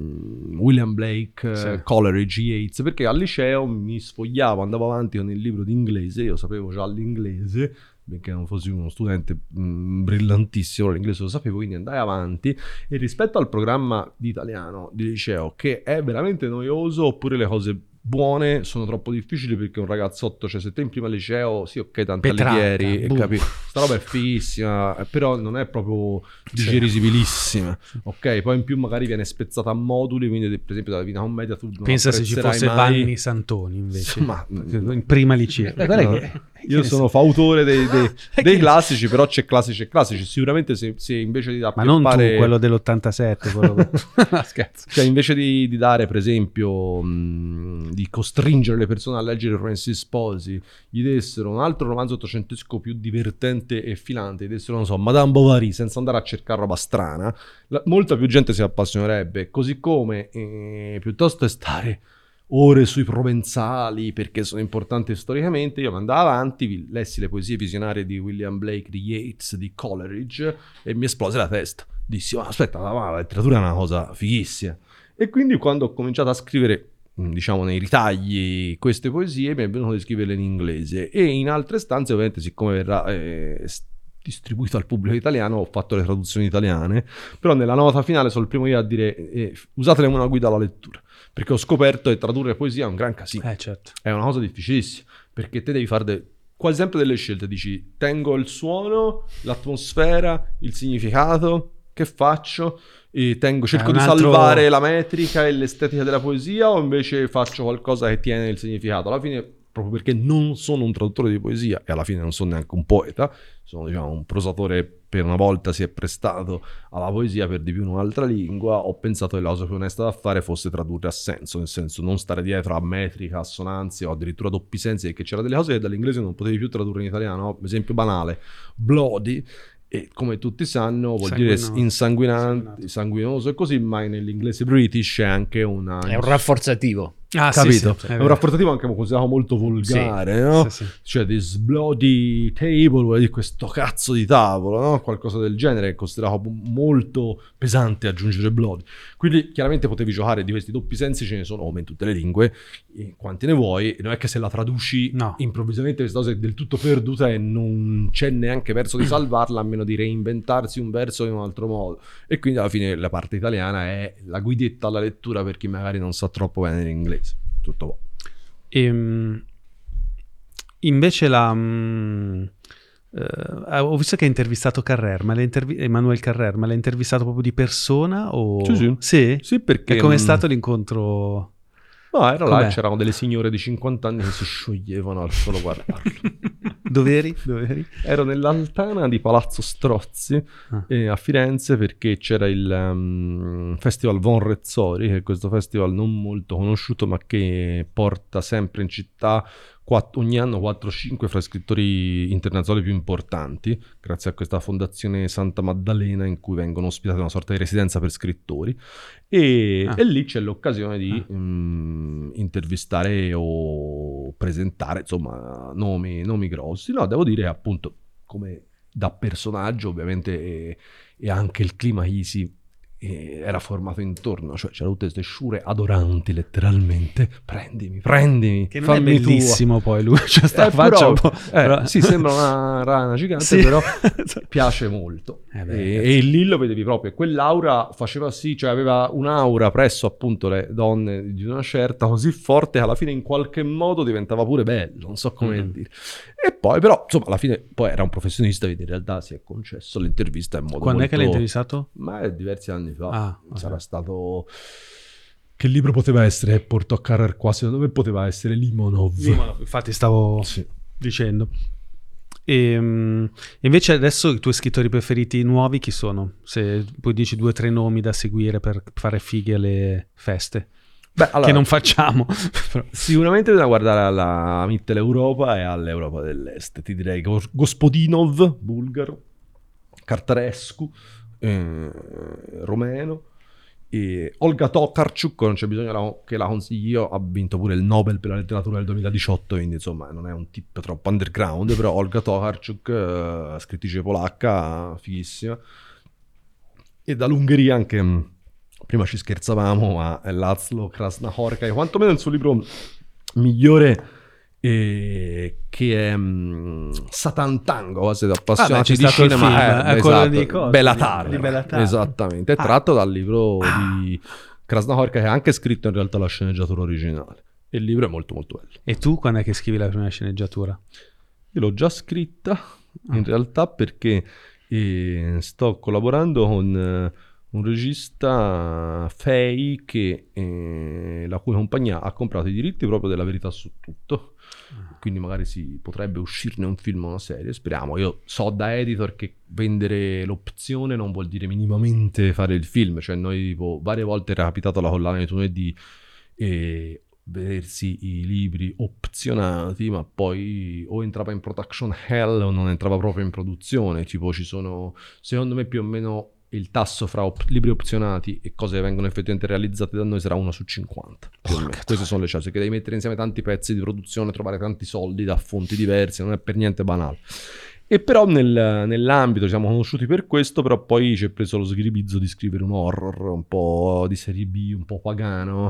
Speaker 3: William Blake,
Speaker 1: Sì.
Speaker 3: Coleridge, Yeats, perché al liceo mi sfogliavo, andavo avanti con il libro di inglese, io sapevo già l'inglese, benché non fossi uno studente brillantissimo, l'inglese lo sapevo, quindi andai avanti, e rispetto al programma di italiano di liceo, che è veramente noioso, oppure le cose buone sono troppo difficili, perché un ragazzotto, cioè se te in prima liceo, sì ok, tanti
Speaker 1: Petrarca,
Speaker 3: alleghieri,
Speaker 1: boom.
Speaker 3: sta roba è fighissima, però non è proprio digerisibilissima, ok? Poi in più magari viene spezzata a moduli, quindi per esempio dalla Divina Commedia tu non
Speaker 1: Pensa se ci fosse
Speaker 3: apprezzerai mai.
Speaker 1: Vanni Santoni invece,
Speaker 3: Ma
Speaker 1: in prima liceo.
Speaker 3: io sono fautore dei classici, però c'è classici e classici. Sicuramente se invece di
Speaker 1: Ma non tu, quello dell'87, quello no, scherzo.
Speaker 3: cioè invece di dare, per esempio, di costringere le persone a leggere Francis Sposi, gli dessero un altro romanzo ottocentesco più divertente e filante, gli dessero, non so, Madame Bovary, senza andare a cercare roba strana, molta più gente si appassionerebbe. Così come piuttosto che stare ore sui provenzali perché sono importanti storicamente, io andavo avanti, lessi le poesie visionarie di William Blake, di Yeats, di Coleridge, e mi esplose la testa. Dissi, ma aspetta, la letteratura è una cosa fighissima. E quindi quando ho cominciato a scrivere, diciamo nei ritagli, queste poesie, mi è venuto di scriverle in inglese, e in altre stanze ovviamente, siccome verrà distribuito al pubblico italiano, ho fatto le traduzioni italiane, però nella nota finale sono il primo io a dire usatele come una guida alla lettura, perché ho scoperto che tradurre poesia è un gran casino,
Speaker 1: Certo.
Speaker 3: è una cosa difficilissima, perché te devi fare quasi sempre delle scelte, dici tengo il suono, l'atmosfera, il significato, che faccio? Cerco di salvare la metrica e l'estetica della poesia, o invece faccio qualcosa che tiene il significato? Alla fine, proprio perché non sono un traduttore di poesia, e alla fine non sono neanche un poeta, sono, diciamo, un prosatore, per una volta si è prestato alla poesia, per di più in un'altra lingua, ho pensato che la cosa più onesta da fare fosse tradurre a senso, nel senso non stare dietro a metrica, assonanze o addirittura doppi sensi, perché c'era delle cose che dall'inglese non potevi più tradurre in italiano. Esempio banale, bloody, e come tutti sanno vuol dire insanguinante, sanguinoso e così, ma nell'inglese British è anche è un rafforzativo. Capito?
Speaker 1: Sì,
Speaker 3: è un rafforzativo anche considerato molto volgare, sì, no? Sì. Cioè this bloody table vuol dire questo cazzo di tavolo, no? Qualcosa del genere, è considerato molto pesante aggiungere bloody. Quindi chiaramente potevi giocare di questi doppi sensi, ce ne sono come in tutte le lingue, quanti ne vuoi, non è che se la traduci improvvisamente questa cosa è del tutto perduta e non c'è neanche verso di salvarla, a meno di reinventarsi un verso in un altro modo. E quindi alla fine la parte italiana è la guidetta alla lettura per chi magari non sa troppo bene l'inglese. Tutto buono.
Speaker 1: Invece ho visto che hai intervistato Carrer, ma Emanuele Carrer, ma l'hai intervistato proprio di persona? O... Sì? Sì, perché... E com'è stato l'incontro?
Speaker 3: No, ero là e c'erano delle signore di 50 anni che si scioglievano al solo guardarlo.
Speaker 1: Dov'eri?
Speaker 3: Ero nell'altana di Palazzo Strozzi a Firenze, perché c'era il Festival Von Rezzori, che è questo festival non molto conosciuto ma che porta sempre in città ogni anno 4-5 fra scrittori internazionali più importanti, grazie a questa fondazione Santa Maddalena, in cui vengono ospitate una sorta di residenza per scrittori, e lì c'è l'occasione di intervistare o presentare, insomma, nomi grossi. No, devo dire appunto, come da personaggio ovviamente, e anche il clima easy era formato intorno, cioè c'erano tutte queste sciure adoranti letteralmente, prendimi, che non è
Speaker 1: bellissimo tua. Poi lui, cioè sta faccia
Speaker 3: però... sì, sembra una rana gigante, sì. Però piace molto, e lì lo vedevi proprio, quell'aura faceva cioè aveva un'aura presso appunto le donne di una certa, così forte che alla fine in qualche modo diventava pure bello, non so come dire. E poi però insomma alla fine poi era un professionista, quindi in realtà si è concesso l'intervista in modo
Speaker 1: Quando è che l'hai intervistato?
Speaker 3: Ma è diversi anni fa. Sarà stato... Che libro poteva essere che portò a Carrer qua? Secondo me poteva essere Limonov.
Speaker 1: Infatti stavo dicendo. E invece adesso i tuoi scrittori preferiti nuovi chi sono? Se poi dici 2 o 3 nomi da seguire per fare fighe alle feste.
Speaker 3: Beh, allora,
Speaker 1: che non facciamo.
Speaker 3: sicuramente bisogna guardare alla Mitteleuropa e all'Europa dell'Est. Ti direi Gospodinov, bulgaro, Cartarescu, romeno, e Olga Tokarczuk, non c'è bisogno che la consigli io, ha vinto pure il Nobel per la letteratura del 2018, quindi insomma non è un tip troppo underground, però Olga Tokarczuk, scrittrice polacca, fighissima. E dall'Ungheria anche, prima ci scherzavamo, ma è Laszlo Krasznahorkai, quantomeno il suo libro migliore, che è Satan Tango, se appassionati
Speaker 1: c'è
Speaker 3: di
Speaker 1: stato il
Speaker 3: cinema,
Speaker 1: film, quello
Speaker 3: esatto,
Speaker 1: di cosa?
Speaker 3: Bela
Speaker 1: Di
Speaker 3: Turner,
Speaker 1: Bela Turner.
Speaker 3: esattamente, è tratto dal libro di Krasznahorkai, che ha anche scritto in realtà la sceneggiatura originale, e il libro è molto molto bello.
Speaker 1: E tu quando è che scrivi la prima sceneggiatura?
Speaker 3: Io l'ho già scritta in realtà, perché sto collaborando con un regista, Fei, che la cui compagnia ha comprato i diritti proprio della Verità su tutto, quindi magari si potrebbe uscirne un film o una serie, speriamo. Io so da editor che vendere l'opzione non vuol dire minimamente fare il film, cioè noi varie volte era capitato alla collana di Tunè di vedersi i libri opzionati, ma poi o entrava in production hell o non entrava proprio in produzione. Tipo, ci sono, secondo me, più o meno il tasso fra libri opzionati e cose che vengono effettivamente realizzate da noi sarà 1 su 50. Queste sono le cose, che devi mettere insieme tanti pezzi di produzione, trovare tanti soldi da fonti diverse, non è per niente banale. E però nell'ambito ci siamo conosciuti per questo, però poi ci è preso lo sgribizzo di scrivere un horror un po' di serie B, un po' pagano,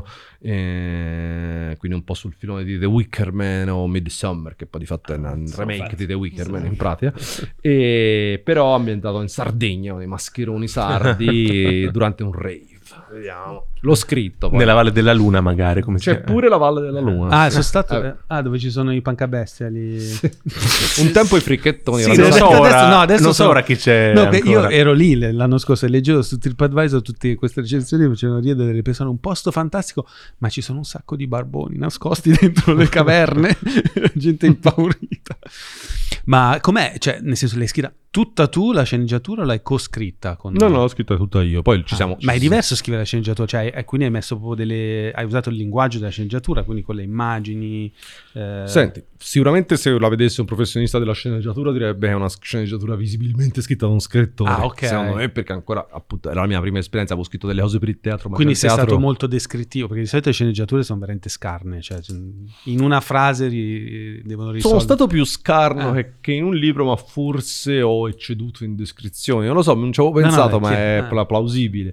Speaker 3: quindi un po' sul filone di The Wicker Man o Midsommar, che poi di fatto è un remake di The Wicker Man in pratica, e però ambientato in Sardegna con i mascheroni sardi durante un rave. Vediamo. L'ho scritto poi.
Speaker 4: Nella Valle della Luna magari, come
Speaker 3: C'è pure la Valle della Luna.
Speaker 1: Ah, sono stato dove ci sono i pancabestia lì.
Speaker 3: Un tempo i fricchettoni.
Speaker 1: Sì,
Speaker 3: erano-
Speaker 4: non so ora,
Speaker 1: adesso
Speaker 4: non so ora chi c'è
Speaker 1: No, che io
Speaker 4: ancora.
Speaker 1: ero lì l'anno scorso e leggevo su TripAdvisor tutte queste recensioni, mi facevano ridere delle persone, un posto fantastico, ma ci sono un sacco di barboni nascosti dentro le caverne, gente impaurita. Ma com'è? Cioè, nel senso, l'hai scritta tutta tu la sceneggiatura o l'hai coscritta? Con...
Speaker 3: No, l'ho scritta tutta io. Poi ci siamo.
Speaker 1: Ma è diverso scrivere la sceneggiatura, cioè quindi hai messo proprio hai usato il linguaggio della sceneggiatura, quindi con le immagini.
Speaker 3: Senti, sicuramente se la vedesse un professionista della sceneggiatura direbbe che è una sceneggiatura visibilmente scritta da uno scrittore.
Speaker 1: Ah, ok.
Speaker 3: Secondo me, perché ancora appunto era la mia prima esperienza, avevo scritto delle cose per il teatro. Ma
Speaker 1: Quindi
Speaker 3: per
Speaker 1: sei
Speaker 3: il teatro...
Speaker 1: stato molto descrittivo, perché di solito le sceneggiature sono veramente scarne, cioè in una frase devono risolvere.
Speaker 3: Sono stato più scarno che in un libro, ma forse ho ecceduto in descrizioni. Non lo so, non ci avevo pensato, ma è plausibile.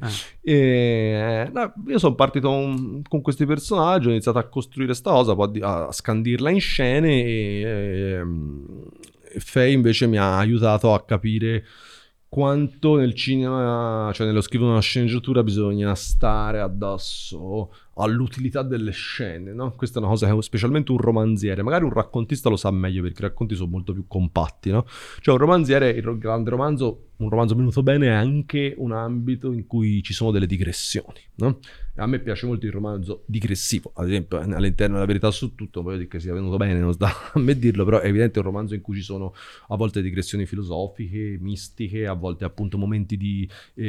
Speaker 3: No, io sono partito con questi personaggi, ho iniziato a costruire sta cosa, poi a scandirla in scene, e Fei invece mi ha aiutato a capire quanto nel cinema, cioè nello scrivere una sceneggiatura, bisogna stare addosso all'utilità delle scene, no? Questa è una cosa che specialmente un romanziere, magari un raccontista lo sa meglio, perché i racconti sono molto più compatti, no? Cioè un romanziere, il grande romanzo, un romanzo venuto bene, è anche un ambito in cui ci sono delle digressioni, no? E a me piace molto il romanzo digressivo, ad esempio all'interno della Verità su tutto, non voglio dire che sia venuto bene, non sta a me dirlo, però è evidente un romanzo in cui ci sono a volte digressioni filosofiche, mistiche, a volte appunto momenti di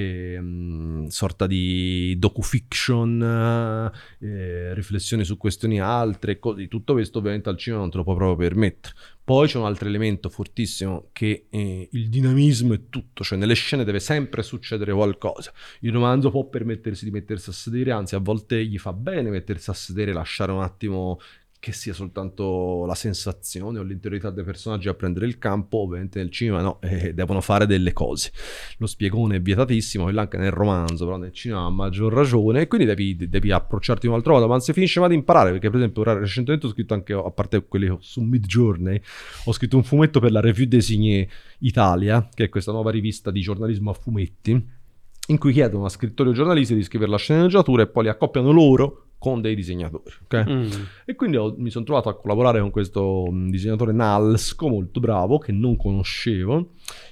Speaker 3: sorta di docufiction, riflessioni su questioni altre, così. Tutto questo ovviamente al cinema non te lo puoi proprio permettere. Poi c'è un altro elemento fortissimo, che il dinamismo è tutto, cioè nelle scene deve sempre succedere qualcosa. Il romanzo può permettersi di mettersi a sedere, anzi a volte gli fa bene mettersi a sedere, lasciare un attimo che sia soltanto la sensazione o l'interiorità dei personaggi a prendere il campo. Ovviamente nel cinema no, devono fare delle cose. Lo spiegone è vietatissimo, quello anche nel romanzo, però nel cinema ha maggior ragione, e quindi devi approcciarti in un altro modo, ma non si finisce mai di imparare, perché per esempio ora recentemente ho scritto anche, a parte quelli su Midjourney, ho scritto un fumetto per la Revue des Signes Italia, che è questa nuova rivista di giornalismo a fumetti, in cui chiedono a scrittori o giornalisti di scrivere la sceneggiatura e poi li accoppiano loro con dei disegnatori, ok? E quindi mi sono trovato a collaborare con questo disegnatore Nalsco molto bravo, che non conoscevo,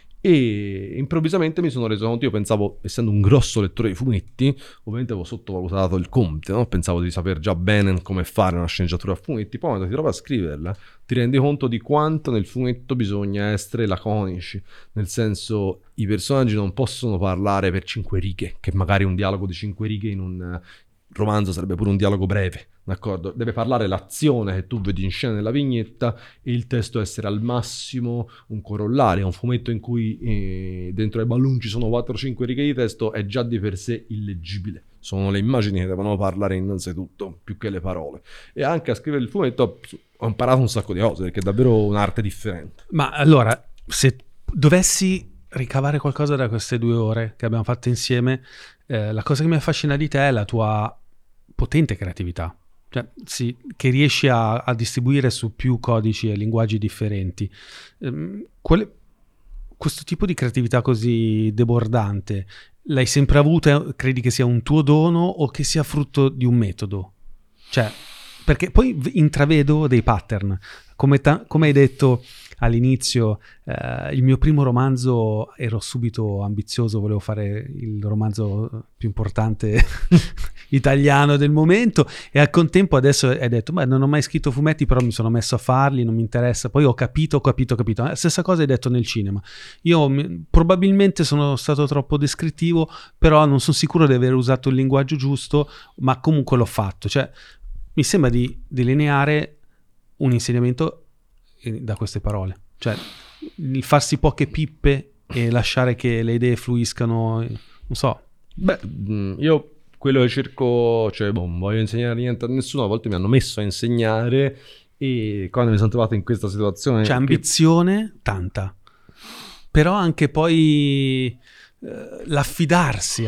Speaker 3: e improvvisamente mi sono reso conto, io pensavo, essendo un grosso lettore di fumetti, ovviamente avevo sottovalutato il compito, no? Pensavo di saper già bene come fare una sceneggiatura a fumetti, poi quando ti trovi a scriverla ti rendi conto di quanto nel fumetto bisogna essere laconici, nel senso, i personaggi non possono parlare per 5 righe, che magari un dialogo di 5 righe in romanzo sarebbe pure un dialogo breve, d'accordo? Deve parlare l'azione che tu vedi in scena nella vignetta e il testo essere al massimo un corollario. Un fumetto in cui dentro ai balloon ci sono 4-5 righe di testo è già di per sé illeggibile. Sono le immagini che devono parlare innanzitutto, più che le parole. E anche a scrivere il fumetto ho imparato un sacco di cose, perché è davvero un'arte differente.
Speaker 1: Ma allora, se dovessi ricavare qualcosa da queste 2 ore che abbiamo fatto insieme, la cosa che mi affascina di te è la tua potente creatività, cioè, che riesci a distribuire su più codici e linguaggi differenti. Questo tipo di creatività così debordante l'hai sempre avuta? Credi che sia un tuo dono o che sia frutto di un metodo? Cioè, perché poi intravedo dei pattern, come hai detto all'inizio, il mio primo romanzo ero subito ambizioso, volevo fare il romanzo più importante italiano del momento, e al contempo adesso hai detto, beh, non ho mai scritto fumetti, però mi sono messo a farli, non mi interessa, poi ho capito. Stessa cosa hai detto nel cinema. Io probabilmente sono stato troppo descrittivo, però non sono sicuro di aver usato il linguaggio giusto, ma comunque l'ho fatto. Cioè, mi sembra di delineare un insegnamento da queste parole, cioè il farsi poche pippe e lasciare che le idee fluiscano, non so.
Speaker 3: Beh, io quello che cerco, cioè, non voglio insegnare niente a nessuno, a volte mi hanno messo a insegnare e quando mi sono trovato in questa situazione...
Speaker 1: C'è ambizione, tanta, però anche poi l'affidarsi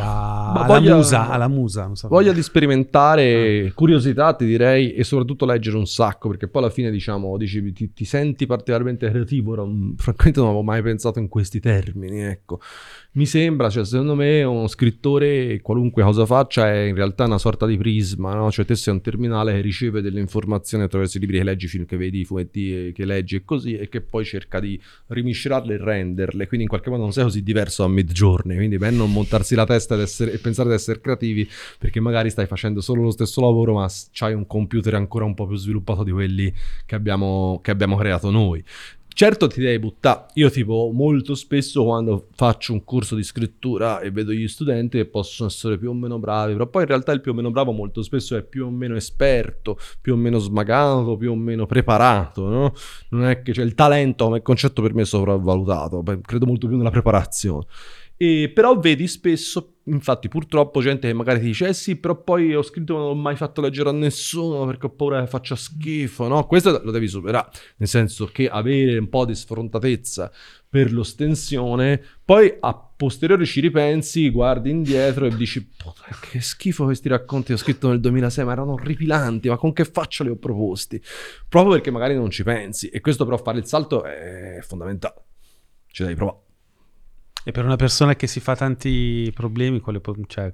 Speaker 1: alla musa, non so.
Speaker 3: Voglia di sperimentare, curiosità ti direi, e soprattutto leggere un sacco, perché poi alla fine diciamo ti senti particolarmente creativo. Francamente non avevo mai pensato in questi termini, ecco. Mi sembra, cioè secondo me uno scrittore, qualunque cosa faccia, è in realtà una sorta di prisma, no? Cioè te sei un terminale che riceve delle informazioni attraverso i libri che leggi, i film che vedi, i fumetti che leggi e così, e che poi cerca di rimiscerarle e renderle, quindi in qualche modo non sei così diverso a Midjourney, quindi per non montarsi la testa e pensare di essere creativi, perché magari stai facendo solo lo stesso lavoro ma c'hai un computer ancora un po' più sviluppato di quelli che abbiamo creato noi. Certo ti devi buttare. Io tipo molto spesso quando faccio un corso di scrittura e vedo gli studenti che possono essere più o meno bravi, però poi in realtà il più o meno bravo molto spesso è più o meno esperto, più o meno smagato, più o meno preparato, no? Non è che c'è il talento come concetto, per me è sopravvalutato, credo molto più nella preparazione. Però vedi spesso, infatti purtroppo, gente che magari ti dice sì, però poi ho scritto ma non l'ho mai fatto leggere a nessuno perché ho paura che faccia schifo, no? Questo lo devi superare, nel senso che avere un po' di sfrontatezza per l'ostensione, poi a posteriori ci ripensi, guardi indietro e dici che schifo questi racconti ho scritto nel 2006, ma erano orripilanti, ma con che faccia li ho proposti? Proprio perché magari non ci pensi, e questo però fare il salto è fondamentale, ci devi provare.
Speaker 1: E per una persona che si fa tanti problemi, cioè,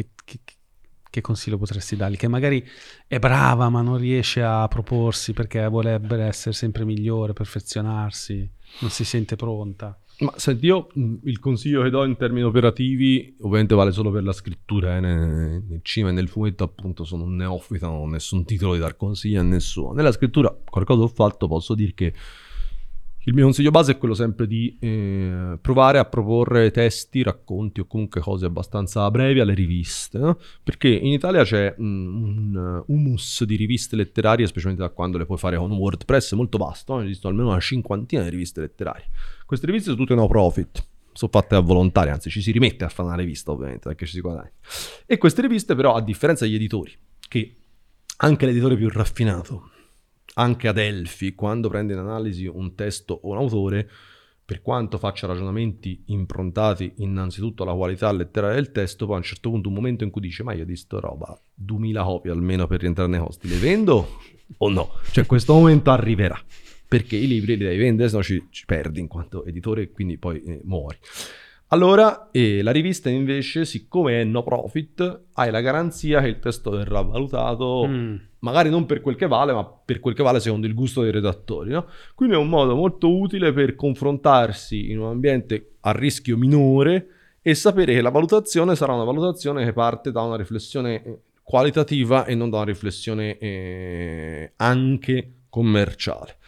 Speaker 1: che consiglio potresti dargli? Che magari è brava ma non riesce a proporsi perché vorrebbe essere sempre migliore, perfezionarsi, non si sente pronta.
Speaker 3: Ma senti, io il consiglio che do in termini operativi ovviamente vale solo per la scrittura, nel cinema e nel fumetto appunto sono un neofita, non ho nessun titolo di dar consigli a nessuno. Nella scrittura qualcosa ho fatto, posso dire che il mio consiglio base è quello sempre di provare a proporre testi, racconti o comunque cose abbastanza brevi alle riviste, no? Perché in Italia c'è un humus di riviste letterarie, specialmente da quando le puoi fare con WordPress, molto vasto, no? Esistono almeno una 50ina di riviste letterarie. Queste riviste sono tutte no profit, sono fatte a volontario, anzi ci si rimette a fare una rivista ovviamente, perché ci si guadagna. E queste riviste però, a differenza degli editori, che anche l'editore più raffinato, anche Adelphi, quando prende in analisi un testo o un autore, per quanto faccia ragionamenti improntati innanzitutto alla qualità letteraria del testo, poi a un certo punto un momento in cui dice ma io di sto roba 2000 copie almeno per rientrare nei costi, le vendo o no? Cioè questo momento arriverà, perché i libri li devi vendere, se no ci perdi in quanto editore e quindi poi muori. Allora, la rivista invece, siccome è no profit, hai la garanzia che il testo verrà valutato, magari non per quel che vale, ma per quel che vale secondo il gusto dei redattori, no? Quindi è un modo molto utile per confrontarsi in un ambiente a rischio minore e sapere che la valutazione sarà una valutazione che parte da una riflessione qualitativa e non da una riflessione anche commerciale.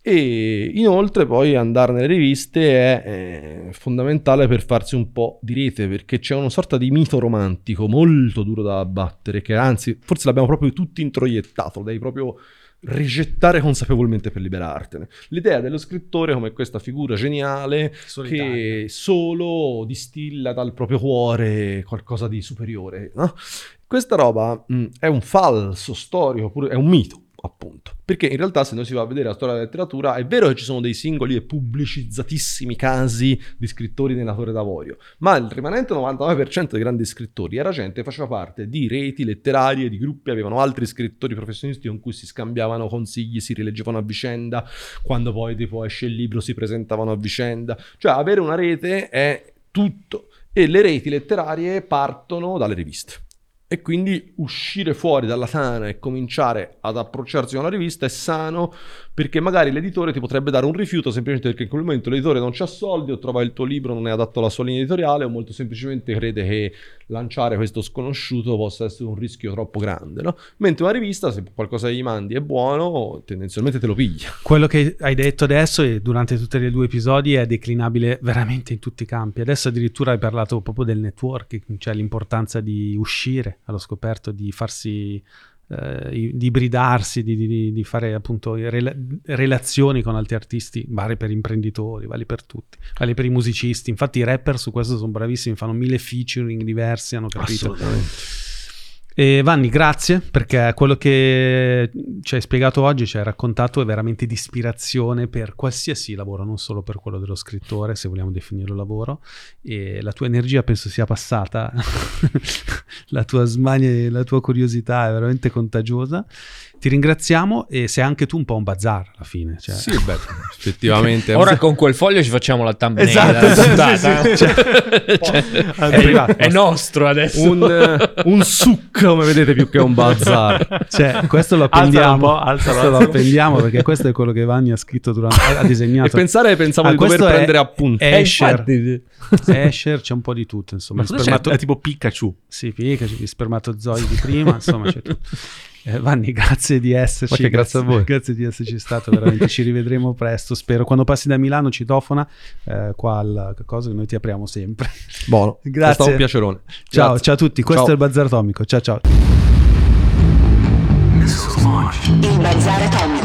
Speaker 3: E inoltre poi andare nelle riviste è fondamentale per farsi un po' di rete, perché c'è una sorta di mito romantico molto duro da abbattere, che anzi forse l'abbiamo proprio tutti introiettato, lo devi proprio rigettare consapevolmente per liberartene. L'idea dello scrittore come questa figura geniale che solo distilla dal proprio cuore qualcosa di superiore, no? Questa roba è un falso storico, è un mito, appunto, perché in realtà se noi si va a vedere la storia della letteratura è vero che ci sono dei singoli e pubblicizzatissimi casi di scrittori nella Torre d'Avorio, ma il rimanente 99% dei grandi scrittori era gente che faceva parte di reti letterarie, di gruppi, avevano altri scrittori professionisti con cui si scambiavano consigli, si rileggevano a vicenda, quando poi tipo esce il libro si presentavano a vicenda, cioè avere una rete è tutto, e le reti letterarie partono dalle riviste. E quindi uscire fuori dalla tana e cominciare ad approcciarsi a una rivista è sano, perché magari l'editore ti potrebbe dare un rifiuto semplicemente perché in quel momento l'editore non c'ha soldi o trova il tuo libro non è adatto alla sua linea editoriale o molto semplicemente crede che lanciare questo sconosciuto possa essere un rischio troppo grande, no? Mentre una rivista, se qualcosa gli mandi è buono, tendenzialmente te lo piglia.
Speaker 1: Quello che hai detto adesso e durante tutti e 2 episodi è declinabile veramente in tutti i campi. Adesso addirittura hai parlato proprio del networking, cioè l'importanza di uscire allo scoperto, di farsi di ibridarsi, di fare appunto relazioni con altri artisti, vale per imprenditori, vale per tutti, vale per i musicisti. Infatti i rapper su questo sono bravissimi, fanno 1000 featuring diversi, hanno capito. Assolutamente. E Vanni, grazie, perché quello che ci hai spiegato oggi, ci hai raccontato, è veramente di ispirazione per qualsiasi lavoro, non solo per quello dello scrittore, se vogliamo definirlo lavoro, e la tua energia penso sia passata, la tua smania e la tua curiosità è veramente contagiosa. Ti ringraziamo, e sei anche tu un po' un bazar alla fine. Cioè.
Speaker 3: Sì, beh, effettivamente.
Speaker 5: Ora con quel foglio ci facciamo la thumbnail.
Speaker 1: Esatto,
Speaker 5: è nostro adesso.
Speaker 3: Un suc, come vedete, più che un bazar.
Speaker 1: Cioè, questo lo appendiamo, lo appendiamo perché questo è quello che Vanni ha scritto ha disegnato.
Speaker 3: E pensavo di dover prendere appunti.
Speaker 1: Escher, c'è un po' di tutto, insomma.
Speaker 4: È tipo Pikachu.
Speaker 1: Sì, Pikachu, gli spermatozoi di prima, insomma, c'è tutto. Vanni, grazie di esserci.
Speaker 3: Grazie a voi.
Speaker 1: Grazie di esserci stato, veramente. Ci rivedremo presto, spero. Quando passi da Milano citofona qua al cosa che noi ti apriamo sempre.
Speaker 3: Buono.
Speaker 1: Grazie.
Speaker 3: È stato un piacerone.
Speaker 1: Ciao,
Speaker 3: Grazie.
Speaker 1: ciao a tutti. Questo
Speaker 3: Ciao.
Speaker 1: è il Bazar Atomico. Ciao ciao.
Speaker 2: Il Bazar Atomico.